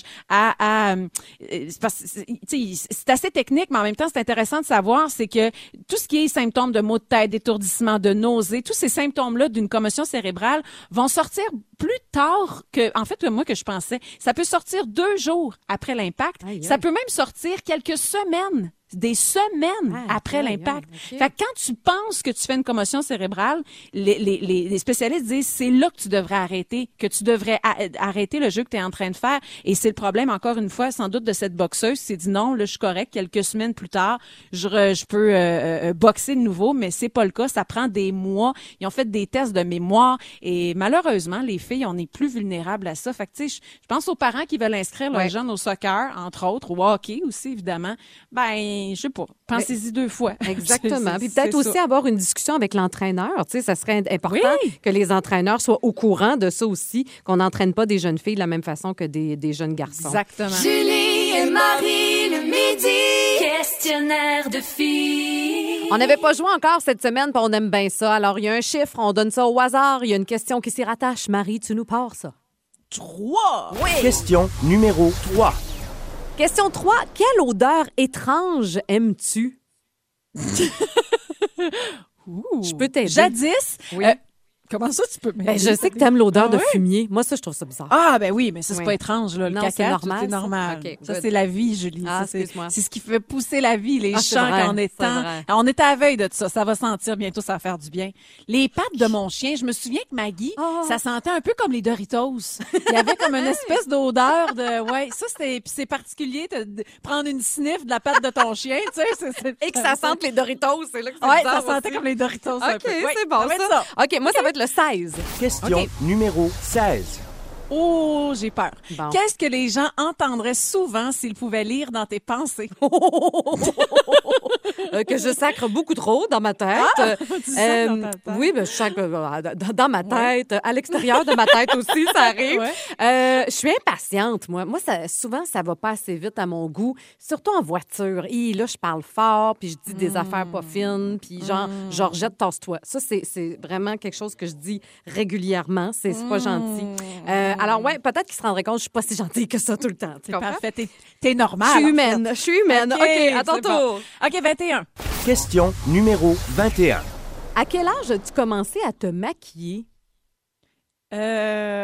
c'est assez technique, mais en même temps, c'est intéressant de savoir, c'est que tout ce qui est symptômes de maux de tête, d'étourdissement, de nausée, tous ces symptômes-là d'une commotion cérébrale vont sortir plus tard que je pensais. Ça peut sortir 2 jours après l'impact. Ça peut même sortir quelques semaines. Des semaines après l'impact. Okay. Fait que quand tu penses que tu fais une commotion cérébrale, les spécialistes disent c'est là que tu devrais arrêter, que tu devrais arrêter le jeu que tu es en train de faire. Et c'est le problème, encore une fois, sans doute, de cette boxeuse. C'est dit non, là, je suis correct. Quelques semaines plus tard, je peux boxer de nouveau, mais c'est pas le cas. Ça prend des mois. Ils ont fait des tests de mémoire et malheureusement, les filles, on est plus vulnérables à ça. Fait que, tu sais, je pense aux parents qui veulent inscrire leurs jeunes au soccer, entre autres, au hockey aussi, évidemment. Je sais pas. Pensez-y 2 fois. Exactement. Puis peut-être aussi avoir une discussion avec l'entraîneur. Tu sais, ça serait important que les entraîneurs soient au courant de ça aussi, qu'on n'entraîne pas des jeunes filles de la même façon que des jeunes garçons. Exactement. Julie et Marie, le midi, questionnaire de filles. On n'avait pas joué encore cette semaine, puis on aime bien ça. Alors, il y a un chiffre, on donne ça au hasard. Il y a une question qui s'y rattache. Marie, tu nous pars ça. 3. Oui. Question numéro 3. Question 3. Quelle odeur étrange aimes-tu? Je peux t'aider. Jadis, oui. Comment ça, tu peux m'aider? Je sais que tu aimes l'odeur de fumier. Moi, ça, je trouve ça bizarre. Ah, ben oui, mais ça, c'est pas étrange, là. Le caca, c'est normal. C'est normal. Okay, ça, c'est la vie, Julie. Ah, c'est ce qui fait pousser la vie, les champs vrai, qu'en étant. On est à la veille de ça. Ça va sentir bientôt, ça va faire du bien. Les pattes de mon chien, je me souviens que Maggie, ça sentait un peu comme les Doritos. Il y avait comme une espèce d'odeur de, ça, puis c'est particulier de prendre une sniff de la patte de ton chien, tu sais. Et que ça sente les Doritos, c'est là que c'est bizarre ça sentait comme les Doritos. OK, c'est bon, ça. OK, moi, ça va être le 16. Question numéro 16. Oh, j'ai peur. Bon. Qu'est-ce que les gens entendraient souvent s'ils pouvaient lire dans tes pensées? Que je sacre beaucoup trop dans ma tête. Tu sacres dans ta tête? Oui, je sacre dans ma tête. À l'extérieur de ma tête aussi, ça arrive. Je suis impatiente, moi. Moi, souvent, ça va pas assez vite à mon goût, surtout en voiture. Et là, je parle fort, puis je dis des affaires pas fines, puis genre, Georgette, tasse-toi. Ça, c'est vraiment quelque chose que je dis régulièrement. C'est pas gentil. Alors, peut-être qu'ils se rendraient compte que je suis pas si gentille que ça tout le temps. C'est parfait. T'es normale. Je suis humaine. OK, à ton tour. Bon. OK, 21. Question numéro 21. À quel âge as-tu commencé à te maquiller?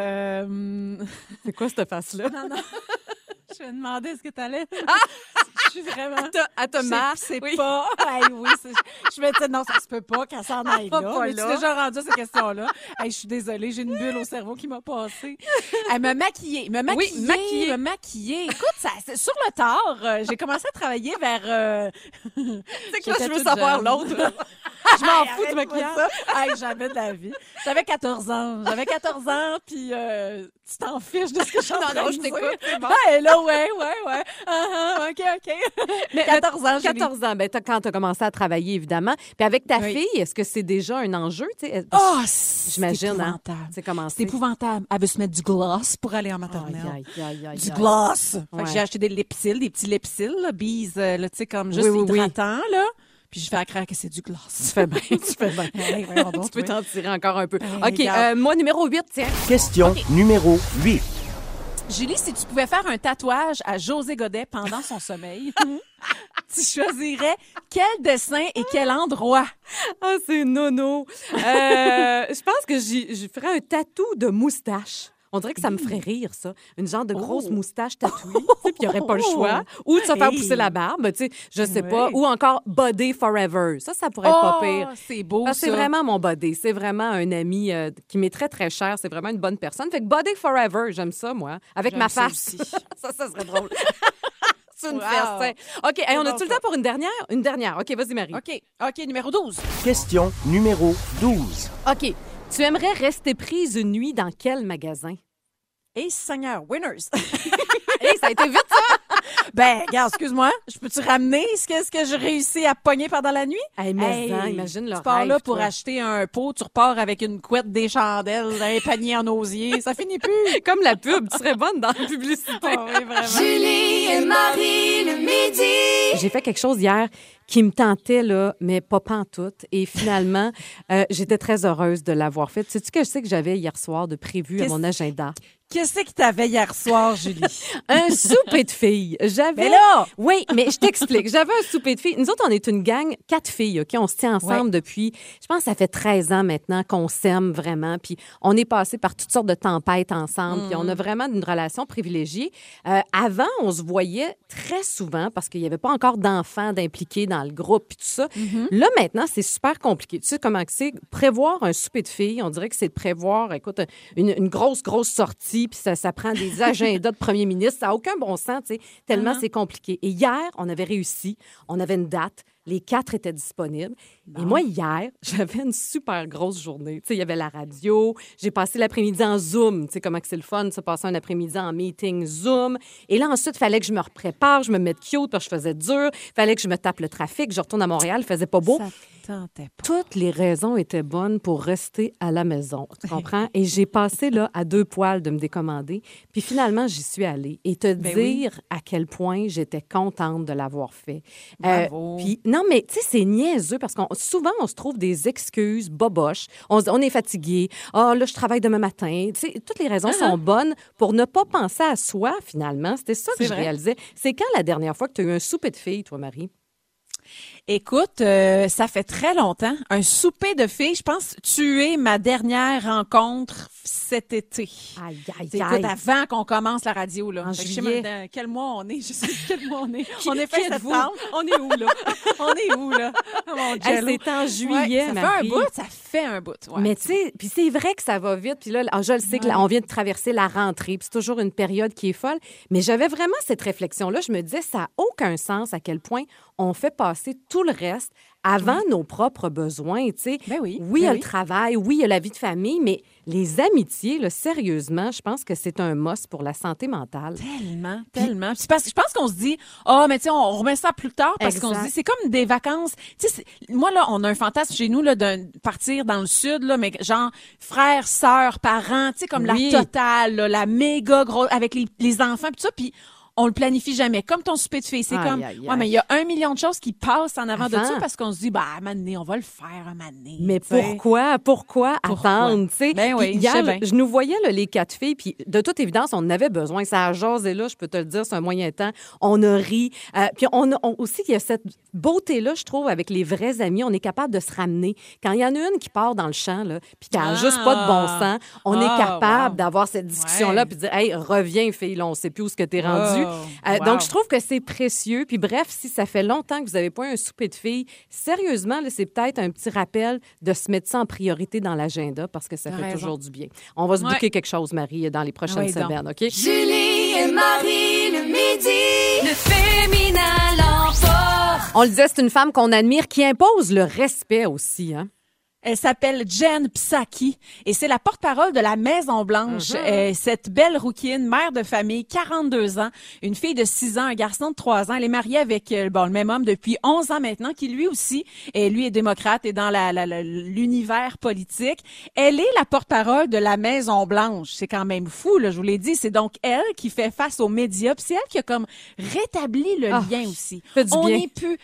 C'est quoi cette face-là? Non. Je me demandais ce que t'allais. suis vraiment... Elle te marque. C'est pas... Hey, oui, je me disais, non, ça se peut pas qu'elle s'en aille là. Mais tu es déjà rendu à ces questions-là. Hey, je suis désolée, j'ai une bulle au cerveau qui m'a passé. Elle m'a maquillée. Me maquiller. Écoute, c'est sur le tard, j'ai commencé à travailler vers... C'est que là, je veux savoir l'autre. Je m'en fous du maquillage. Hey, j'avais de la vie. J'avais 14 ans, puis tu t'en fiches de ce que je suis en train de dire. Non, je t'écoute, c'est bon. Ouais, là, ouais. OK. Mais 14 ans, 14 ans, ben, quand tu as commencé à travailler, évidemment. Puis avec ta fille, est-ce que c'est déjà un enjeu? J'imagine, épouvantable. C'est commencé. C'est épouvantable. Elle veut se mettre du gloss pour aller en maternelle. Aïe. Du gloss. Fait que Ouais. j'ai acheté des lipsils, des petits lipsils, là, Bees, là, tu sais, comme juste hydratants, là. Puis je fais à craquer que c'est du gloss. Tu fais bien. Hey, voyons donc, Tu peux t'en tirer encore un peu. Hey, OK, moi, numéro 8, tiens. Question numéro 8. Julie, si tu pouvais faire un tatouage à José Godet pendant son sommeil, tu choisirais quel dessin et quel endroit? Ah, c'est nono. Je pense que je ferais un tatou de moustache. On dirait que ça me ferait rire, ça. Une genre de grosse moustache tatouée, puis il n'y aurait pas le choix. Ou de se faire pousser la barbe, tu sais, je sais pas. Ou encore Body Forever. Ça pourrait être pas pire. C'est beau, parce que c'est vraiment mon body. C'est vraiment un ami qui m'est très, très cher. C'est vraiment une bonne personne. Fait que Body Forever, j'aime ça, moi. Avec ma face. Ça serait drôle. C'est une fête. OK, hey, on a-tu le temps pour une dernière? Une dernière. OK, vas-y, Marie. OK, numéro 12. Question numéro 12. OK. Tu aimerais rester prise une nuit dans quel magasin? Et Seigneur, Winners. Hey, ça a été vite, ça! Ben, regarde, excuse-moi, je peux-tu ramener ce que j'ai réussi à pogner pendant la nuit? Hey, mais imagine le Tu pars rêve, là pour toi. acheter un pot, tu repars avec une couette, des chandelles, un panier en osier, ça finit plus. Comme la pub, tu serais bonne dans la publicité. Oui, vraiment. Julie et Marie le midi. J'ai fait quelque chose hier qui me tentait, là, mais pas pantoute. Et finalement, j'étais très heureuse de l'avoir fait. Sais-tu que je sais que j'avais hier soir de prévu à mon agenda? Qu'est-ce que t'avais hier soir, Julie? Un souper de filles. Mais là! Oui, mais je t'explique. J'avais un souper de filles. Nous autres, on est une gang, 4 filles, OK? On se tient ensemble depuis, je pense que ça fait 13 ans maintenant qu'on s'aime vraiment. Puis on est passé par toutes sortes de tempêtes ensemble. Puis on a vraiment une relation privilégiée. Avant, on se voyait très souvent parce qu'il n'y avait pas encore d'enfants d'impliquer dans le groupe puis tout ça. Là, maintenant, c'est super compliqué. Tu sais comment c'est? Prévoir un souper de filles, on dirait que c'est de prévoir, écoute, une grosse sortie, puis ça prend des agendas de premier ministre. Ça n'a aucun bon sens, tu sais, tellement c'est compliqué. Et hier, on avait réussi. On avait une date. Les 4 étaient disponibles. Et moi, hier, j'avais une super grosse journée. Tu sais, il y avait la radio. J'ai passé l'après-midi en Zoom. Tu sais, comment que c'est le fun de se passer un après-midi en meeting Zoom. Et là, ensuite, il fallait que je me prépare, je me mette cute parce que je faisais dur. Il fallait que je me tape le trafic. Je retourne à Montréal, il faisait pas beau. Tentais pas. Toutes les raisons étaient bonnes pour rester à la maison. Tu comprends? Et j'ai passé là à 2 poils de me décommander. Puis finalement, j'y suis allée. Et te dire à quel point j'étais contente de l'avoir fait. Bravo. Puis non, mais tu sais, c'est niaiseux parce qu'on souvent, on se trouve des excuses boboches. On est fatigué. Ah, là, je travaille demain matin. Tu sais, toutes les raisons sont bonnes pour ne pas penser à soi, finalement. C'était ça que je réalisais. C'est quand la dernière fois que tu as eu un souper de filles, toi, Marie? Écoute, ça fait très longtemps. Un souper de filles, je pense, tu es ma dernière rencontre cet été. Aïe. Écoute, avant qu'on commence la radio, là. En Fait que je sais juillet. même quel mois on est. Je sais quel mois on est. On est Qui fin êtes-vous? septembre. On est où, là? On est où, là? Oh, mon Hey, jello. c'est en juillet, ça Marie. fait un bout. Ouais. Mais tu sais, puis c'est vrai que ça va vite. Puis là, je le sais que là, on vient de traverser la rentrée, puis c'est toujours une période qui est folle. Mais j'avais vraiment cette réflexion-là. Je me disais, ça n'a aucun sens à quel point on fait passer tout le reste avant nos propres besoins, tu sais. Ben oui. Oui, il y a le travail, oui, il y a la vie de famille, mais les amitiés, là, sérieusement, je pense que c'est un must pour la santé mentale. Tellement. Puis parce que je pense qu'on se dit, mais tu sais, on remet ça plus tard parce qu'on se dit, c'est comme des vacances. Tu sais, moi, là, on a un fantasme chez nous, là, de partir dans le sud, là, mais genre, frères, sœurs, parents, tu sais, comme la totale, là, la méga grosse, avec les enfants, puis tout ça, puis on le planifie jamais. Comme ton souper de filles, c'est comme, mais il y a 1 million de choses qui passent en avant de ça parce qu'on se dit, à un moment donné, on va le faire un moment donné. Mais pourquoi attendre, tu sais? Ben oui, hier, je sais bien. je nous voyais, là, les 4 filles, puis de toute évidence, on en avait besoin. Ça a jasé là, je peux te le dire, c'est un moyen temps. On a ri. Puis aussi, il y a cette beauté-là, je trouve, avec les vrais amis. On est capable de se ramener. Quand il y en a une qui part dans le champ, là, puis qui a juste pas de bon sens, on est capable d'avoir cette discussion-là, puis de dire, hey, reviens, fille, là, on sait plus où ce que t'es rendu. Wow. Donc, je trouve que c'est précieux. Puis bref, si ça fait longtemps que vous n'avez pas eu un souper de filles, sérieusement, là, c'est peut-être un petit rappel de se mettre ça en priorité dans l'agenda parce que ça fait toujours du bien. On va se booker quelque chose, Marie, dans les prochaines semaines, OK? Julie et Marie, le midi, le féminin l'emporte. On le disait, c'est une femme qu'on admire qui impose le respect aussi, hein? Elle s'appelle Jen Psaki et c'est la porte-parole de la Maison-Blanche. Cette belle rouquine, mère de famille, 42 ans, une fille de 6 ans, un garçon de 3 ans. Elle est mariée avec le même homme depuis 11 ans maintenant, qui lui aussi, lui est démocrate et dans l'univers politique. Elle est la porte-parole de la Maison-Blanche. C'est quand même fou, là, je vous l'ai dit. C'est donc elle qui fait face aux médias. Puis c'est elle qui a comme rétabli le lien aussi. On n'est plus,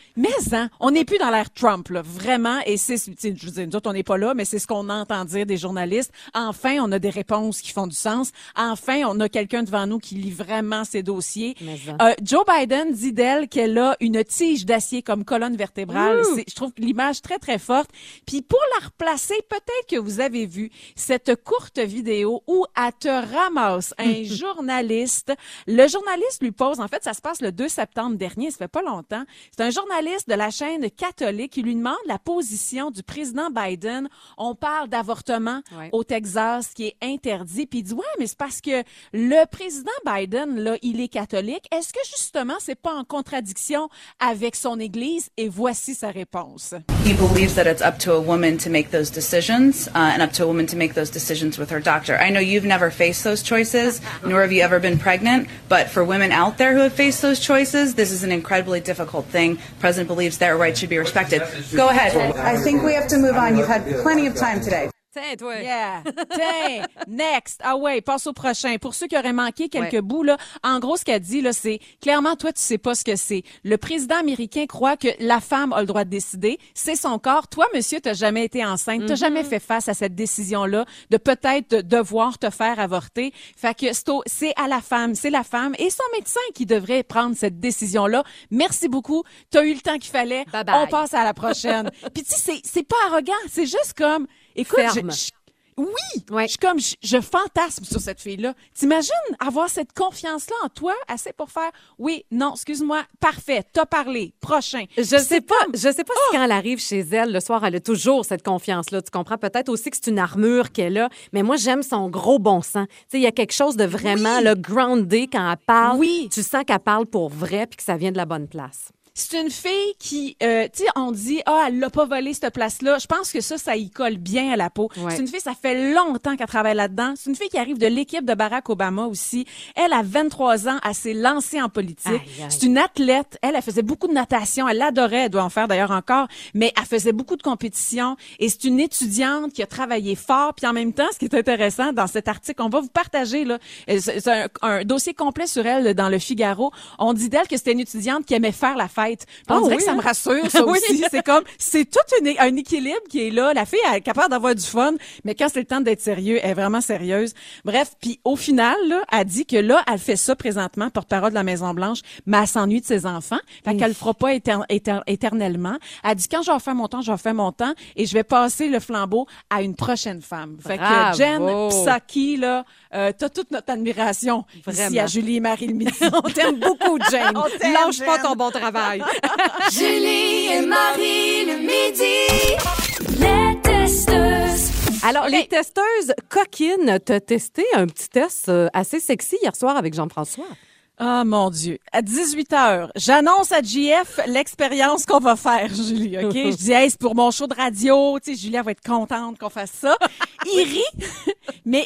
on n'est plus dans l'ère Trump, là, vraiment. Et c'est, je vous dis, nous autres, on n'est pas là, mais c'est ce qu'on entend dire des journalistes. Enfin, on a des réponses qui font du sens. Enfin, on a quelqu'un devant nous qui lit vraiment ses dossiers. Joe Biden dit d'elle qu'elle a une tige d'acier comme colonne vertébrale. Je trouve l'image très, très forte. Puis pour la replacer, peut-être que vous avez vu cette courte vidéo où elle te ramasse un journaliste. Le journaliste lui pose, en fait, ça se passe le 2 septembre dernier, ça fait pas longtemps. C'est un journaliste de la chaîne catholique qui lui demande la position du président Biden. On parle d'avortement au Texas qui est interdit. Puis il dit, mais c'est parce que le président Biden, là, il est catholique. Est-ce que justement, c'est pas en contradiction avec son Église? Et voici sa réponse. He believes that it's up to a woman to make those decisions and up to a woman to make those decisions with her doctor. I know you've never faced those choices, nor have you ever been pregnant, but for women out there who have faced those choices, this is an incredibly difficult thing. The president believes their rights should be respected. Go ahead. I think we have to move on. You've had plenty of time today. Tiens, toi. Yeah. Tiens. Next. Ah ouais, passe au prochain. Pour ceux qui auraient manqué quelques bouts, là, en gros, ce qu'elle dit, là, c'est clairement, toi, tu sais pas ce que c'est. Le président américain croit que la femme a le droit de décider. C'est son corps. Toi, monsieur, t'as jamais été enceinte. T'as jamais fait face à cette décision-là de peut-être devoir te faire avorter. Fait que c'est à la femme. C'est la femme et son médecin qui devrait prendre cette décision-là. Merci beaucoup. T'as eu le temps qu'il fallait. Bye bye. On passe à la prochaine. Puis tu sais, c'est pas arrogant. C'est juste comme, écoute, je fantasme sur cette fille-là. T'imagines avoir cette confiance-là en toi, assez pour faire, oui, non, excuse-moi, parfait, t'as parlé, prochain. Je sais pas si quand elle arrive chez elle, le soir, elle a toujours cette confiance-là. Tu comprends peut-être aussi que c'est une armure qu'elle a, mais moi, j'aime son gros bon sens. Tu sais, il y a quelque chose de vraiment groundé quand elle parle. Oui. Tu sens qu'elle parle pour vrai puis que ça vient de la bonne place. C'est une fille qui, tu sais, on dit, elle l'a pas volé cette place-là. Je pense que ça y colle bien à la peau. Ouais. C'est une fille, ça fait longtemps qu'elle travaille là-dedans. C'est une fille qui arrive de l'équipe de Barack Obama aussi. Elle, à 23 ans, elle s'est lancée en politique. C'est une athlète. Elle faisait beaucoup de natation. Elle l'adorait. Elle doit en faire d'ailleurs encore. Mais elle faisait beaucoup de compétitions. Et c'est une étudiante qui a travaillé fort. Puis en même temps, ce qui est intéressant dans cet article, on va vous partager, là, c'est un dossier complet sur elle dans le Figaro. On dit d'elle que c'était une étudiante qui aimait faire la fête. On dirait que ça me rassure, ça aussi. C'est comme, c'est tout un équilibre qui est là. La fille, elle est capable d'avoir du fun, mais quand c'est le temps d'être sérieux, elle est vraiment sérieuse. Bref, puis au final, là, elle dit que là, elle fait ça présentement, porte-parole de la Maison-Blanche, mais elle s'ennuie de ses enfants. Fait qu'elle le fera pas éternellement. Elle dit, quand je vais faire mon temps, je vais faire mon temps et je vais passer le flambeau à une prochaine femme. Fait que Jen Psaki, là, t'as toute notre admiration ici à Julie et Marie le midi. On t'aime beaucoup, Jen. Lâche pas ton bon travail. Julie et Marie le midi. Les testeuses. Alors, les testeuses coquines, t'as testé un petit test assez sexy hier soir avec Jean-François. Ah, mon Dieu. À 18h, j'annonce à JF l'expérience qu'on va faire, Julie, OK? Je dis, hey, c'est pour mon show de radio. Tu sais, Julie, elle va être contente qu'on fasse ça. Il rit, mais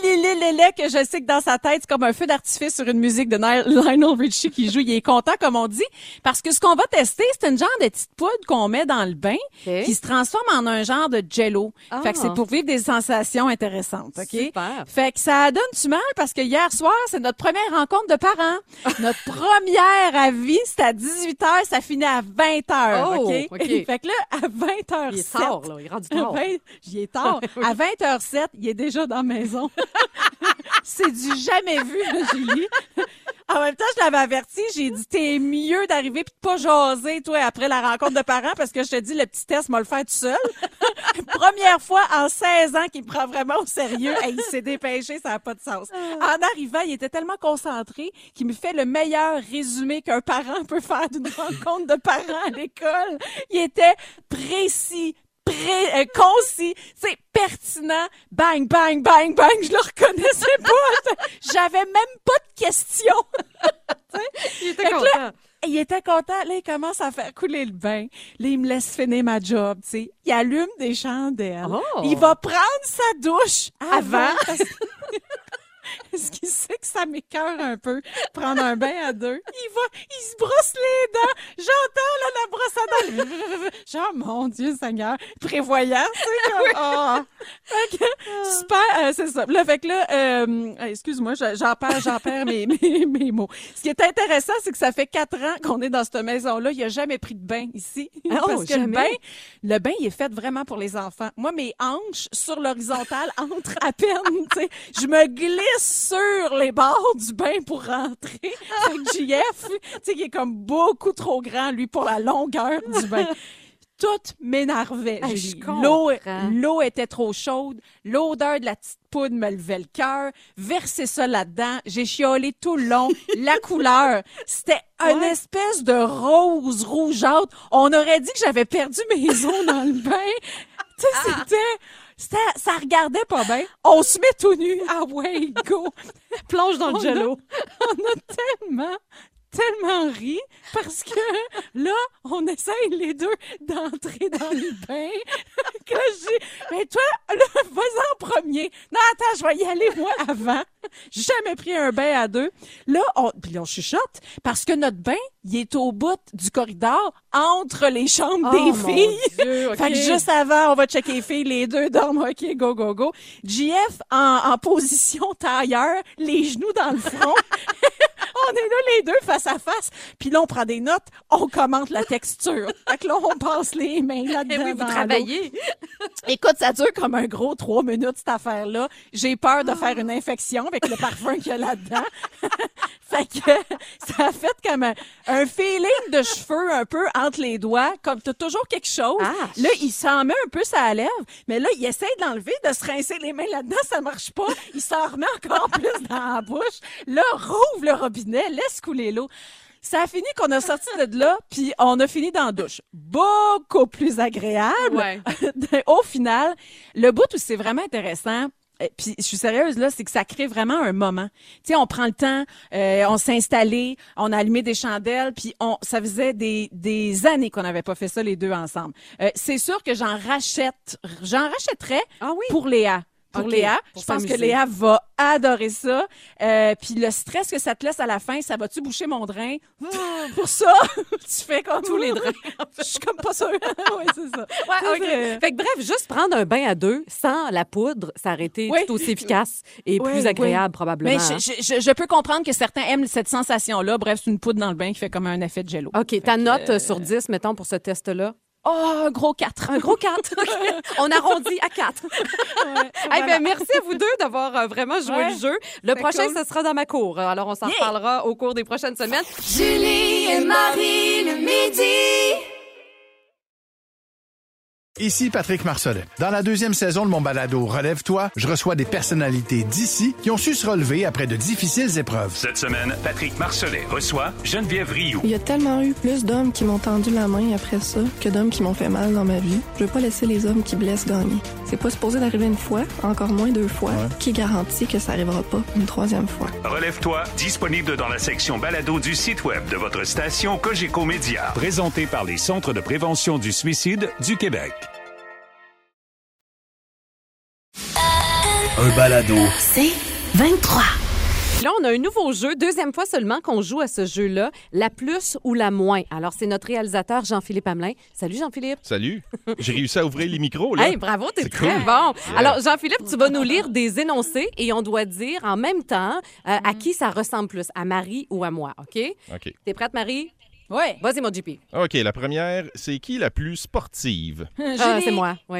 que je sais que dans sa tête, c'est comme un feu d'artifice sur une musique de Lionel Richie qui joue. Il est content, comme on dit, parce que ce qu'on va tester, c'est une genre de petite poudre qu'on met dans le bain qui se transforme en un genre de jello. Fait que c'est pour vivre des sensations intéressantes, OK? Super. Fait que ça donne-tu mal parce que hier soir, c'est notre première rencontre de parents. Notre première à vie, c'est à 18h, ça finit à 20h, OK? Fait que là, à 20h07... Il est tard, là. Il est rendu tard. J'y ai tard. À 20h07, il est déjà dans la maison. C'est du jamais vu, là, Julie. En même temps, je l'avais averti, j'ai dit, t'es mieux d'arriver pis de pas jaser, toi, après la rencontre de parents, parce que je te dis, le petit test m'a le fait tout seul. Première fois en 16 ans qu'il me prend vraiment au sérieux. Hey, il s'est dépêché, ça n'a pas de sens. En arrivant, il était tellement concentré qu'il me fait le meilleur résumé qu'un parent peut faire d'une rencontre de parents à l'école. Il était précis, concis, c'est pertinent, bang, bang, bang, bang, je le reconnaissais pas. J'avais même pas de questions. Il était content. Il était content. Là, il commence à faire couler le bain. Là, il me laisse finir ma job, tu sais. Il allume des chandelles. Oh. Il va prendre sa douche avant. Est-ce qu'il sait que ça m'écoeure un peu, prendre un bain à deux? Il se brosse les dents. J'entends, là, la brosse à dents. Genre, mon Dieu Seigneur, prévoyant, tu sais, comme, oh. Fait que, super, c'est ça. Là, fait que là, excuse-moi, j'en perds mes mots. Ce qui est intéressant, c'est que ça fait 4 ans qu'on est dans cette maison-là. Il n'y a jamais pris de bain ici. Parce que jamais. le bain, il est fait vraiment pour les enfants. Moi, mes hanches sur l'horizontale entrent à peine, tu sais. Je me glisse sur les bords du bain pour rentrer. Fait que JF, tu sais, il est comme beaucoup trop grand, lui, pour la longueur du bain. Tout m'énervait. L'eau était trop chaude. L'odeur de la petite poudre me levait le cœur. Verser ça là-dedans. J'ai chiolé tout le long. La couleur, c'était une espèce de rose rougeâtre. On aurait dit que j'avais perdu mes os dans le bain. Tu sais, ça regardait pas bien. On se met tout nu. Ah ouais, go. Plonge dans le jello. On a tellement ri parce que là, on essaye les deux d'entrer dans le bain. Que je dis, mais toi, là, vas-y en premier. Non, attends, je vais y aller moi avant. J'ai jamais pris un bain à deux. Là, on chuchote parce que notre bain, il est au bout du corridor entre les chambres des filles. Dieu, okay. Fait que juste avant, on va checker les filles, les deux dorment, OK, go, go, go. JF en position tailleur, les genoux dans le front. On est là les deux face à face, puis là on prend des notes, on commente la texture. Fait que là on passe les mains là-dedans. Oui, vous travaillez. Écoute, ça dure comme un gros 3 minutes cette affaire-là. J'ai peur de faire une infection avec le parfum qu'il y a là-dedans. Fait que ça a fait comme un feeling de cheveux un peu entre les doigts, comme t'as toujours quelque chose. Ah. Là, il s'en met un peu sa lèvre, mais là, il essaie de l'enlever, de se rincer les mains là-dedans, ça marche pas. Il s'en remet encore plus dans la bouche. Là, rouvre le robinet, laisse couler l'eau. Ça a fini qu'on a sorti de là, puis on a fini dans la douche. Beaucoup plus agréable. Ouais. Au final, le bout où c'est vraiment intéressant, puis je suis sérieuse là, c'est que ça crée vraiment un moment. Tu sais, on prend le temps, on s'est installé, on a allumé des chandelles, puis ça faisait des années qu'on n'avait pas fait ça les deux ensemble. C'est sûr que j'en rachèterais pour Léa. Pour Léa, je pense que Léa va adorer ça. Puis le stress que ça te laisse à la fin, ça va-tu boucher mon drain? Pour ça, tu fais comme tous les drains. Je suis comme pas sûre. Oui, c'est ça. Ouais, OK. Fait que bref, juste prendre un bain à deux sans la poudre, ça aurait été tout aussi efficace et plus agréable probablement. Mais je peux comprendre que certains aiment cette sensation-là. Bref, c'est une poudre dans le bain qui fait comme un effet de jello. OK, ta note sur 10, mettons, pour ce test-là? Oh, un gros 4. Un gros 4. Okay. On arrondit à 4. Ben, merci à vous deux d'avoir vraiment joué le jeu. Le prochain, ce sera dans ma cour. Alors, on s'en reparlera au cours des prochaines semaines. Julie et Marie, le midi. Ici Patrick Marcelet. Dans la 2e saison de mon balado Relève-toi, je reçois des personnalités d'ici qui ont su se relever après de difficiles épreuves. Cette semaine, Patrick Marcelet reçoit Geneviève Rioux. Il y a tellement eu plus d'hommes qui m'ont tendu la main après ça que d'hommes qui m'ont fait mal dans ma vie. Je veux pas laisser les hommes qui blessent gagner. C'est pas supposé d'arriver une fois, encore moins 2 fois. Qui garantit que ça arrivera pas une 3e fois? Relève-toi, disponible dans la section balado du site web de votre station Cogeco Média. Présenté par les Centres de prévention du suicide du Québec. Un balado. C'est 23. Là, on a un nouveau jeu, 2e fois seulement qu'on joue à ce jeu-là, la plus ou la moins. Alors, c'est notre réalisateur Jean-Philippe Hamelin. Salut Jean-Philippe. Salut. J'ai réussi à ouvrir les micros, là. Hey, bravo, t'es très cool. bon. Yeah. Alors, Jean-Philippe, tu vas nous lire des énoncés et on doit dire en même temps à qui ça ressemble plus, à Marie ou à moi, OK? OK. T'es prête, Marie? Oui. Vas-y, mon JP. OK, la première, c'est qui la plus sportive? C'est moi, oui.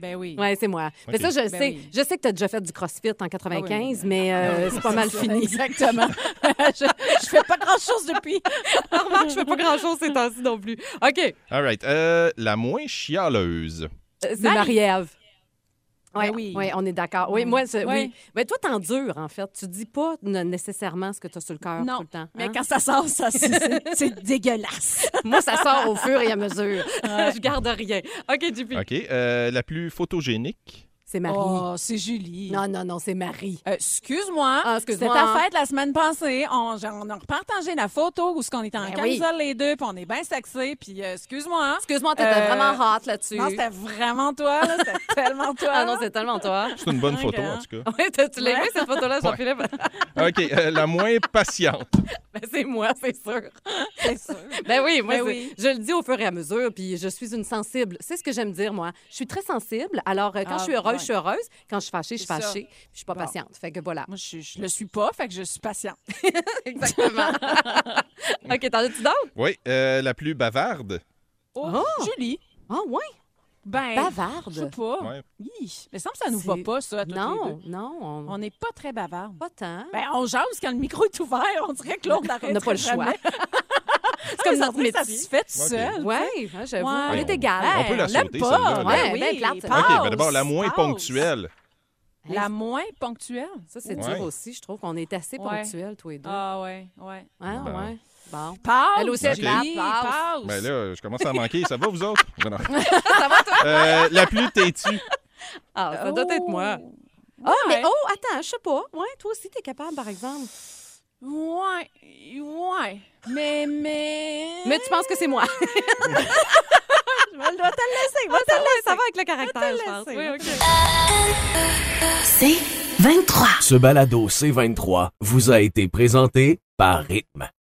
Ben oui. Oui, c'est moi. Mais ça, je sais. Oui. Je sais que tu as déjà fait du CrossFit en 95, mais c'est pas mal fini. Exactement. je fais pas grand-chose depuis. Remarque, je fais pas grand-chose ces temps-ci non plus. OK. All right. La moins chialeuse. C'est Marie-Ève. Oui. Oui, on est d'accord. Oui, moi, Oui. oui. Mais toi, t'endures, en fait. Tu dis pas nécessairement ce que tu as sur le cœur tout le temps. Mais quand ça sort, c'est dégueulasse. Moi, ça sort au fur et à mesure. Je garde rien. OK, JP. OK. La plus photogénique. C'est Marie. Oh, c'est Julie. Non, c'est Marie. Excuse-moi. Excuse-moi. C'était ta fête la semaine passée. On a repartagé la photo où on était en camisole les deux, puis on est bien sexés, puis excuse-moi. Excuse-moi, t'étais vraiment hot là-dessus. Non, c'était vraiment toi, là. C'était tellement toi. Ah non, c'est tellement toi. C'est une bonne photo, en tout cas. Oui, tu l'as aimé, cette photo-là, Jean-Philippe? OK. La moins patiente. Ben, c'est moi, c'est sûr. C'est sûr. Ben oui, moi, je le dis au fur et à mesure, puis je suis une sensible. C'est ce que j'aime dire, moi. Je suis très sensible. Alors, quand je suis heureuse, je suis heureuse. Quand je suis fâchée, je suis fâchée. Puis je suis pas patiente. Fait que voilà. Moi, je le suis pas, fait que je suis patiente. Exactement. OK, t'en as-tu d'autres? Oui. La plus bavarde. Oh, Julie. Ah, ouais. Ben, bavarde. Je sais pas. Ouais. Mais semble que ça nous va pas, ça, toutes les deux. Non. On n'est pas très bavarde. Pas tant. Ben, on jase quand le micro est ouvert. On dirait que l'autre arrête. On n'a pas le choix. C'est comme notre métier. Ça se fait tout seul. Oui, j'avoue. Ouais. On est égal. On peut la sauter, pas. celle-là. Ouais, oui, ben plate. OK, ben d'abord, la moins ponctuelle. La moins ponctuelle? Ça, c'est dur aussi. Je trouve qu'on est assez ponctuels, tous les deux. Ah, ouais. Hein, Bon. ouais. Bon. Pause. Elle aussi, elle Pause. Ben là, je commence à manquer. Ça va, vous autres? Non. Ça va, toi? La plus têtue. Ah, ça doit être moi. Ah, mais attends, je sais pas. Ouais, toi aussi, t'es capable, par exemple. Ouais. Mais... Mais tu penses que c'est moi? Je dois te le laisser. Ça va avec le caractère, je pense. Oui, OK. C'est 23. Ce balado C23 vous a été présenté par Rythme.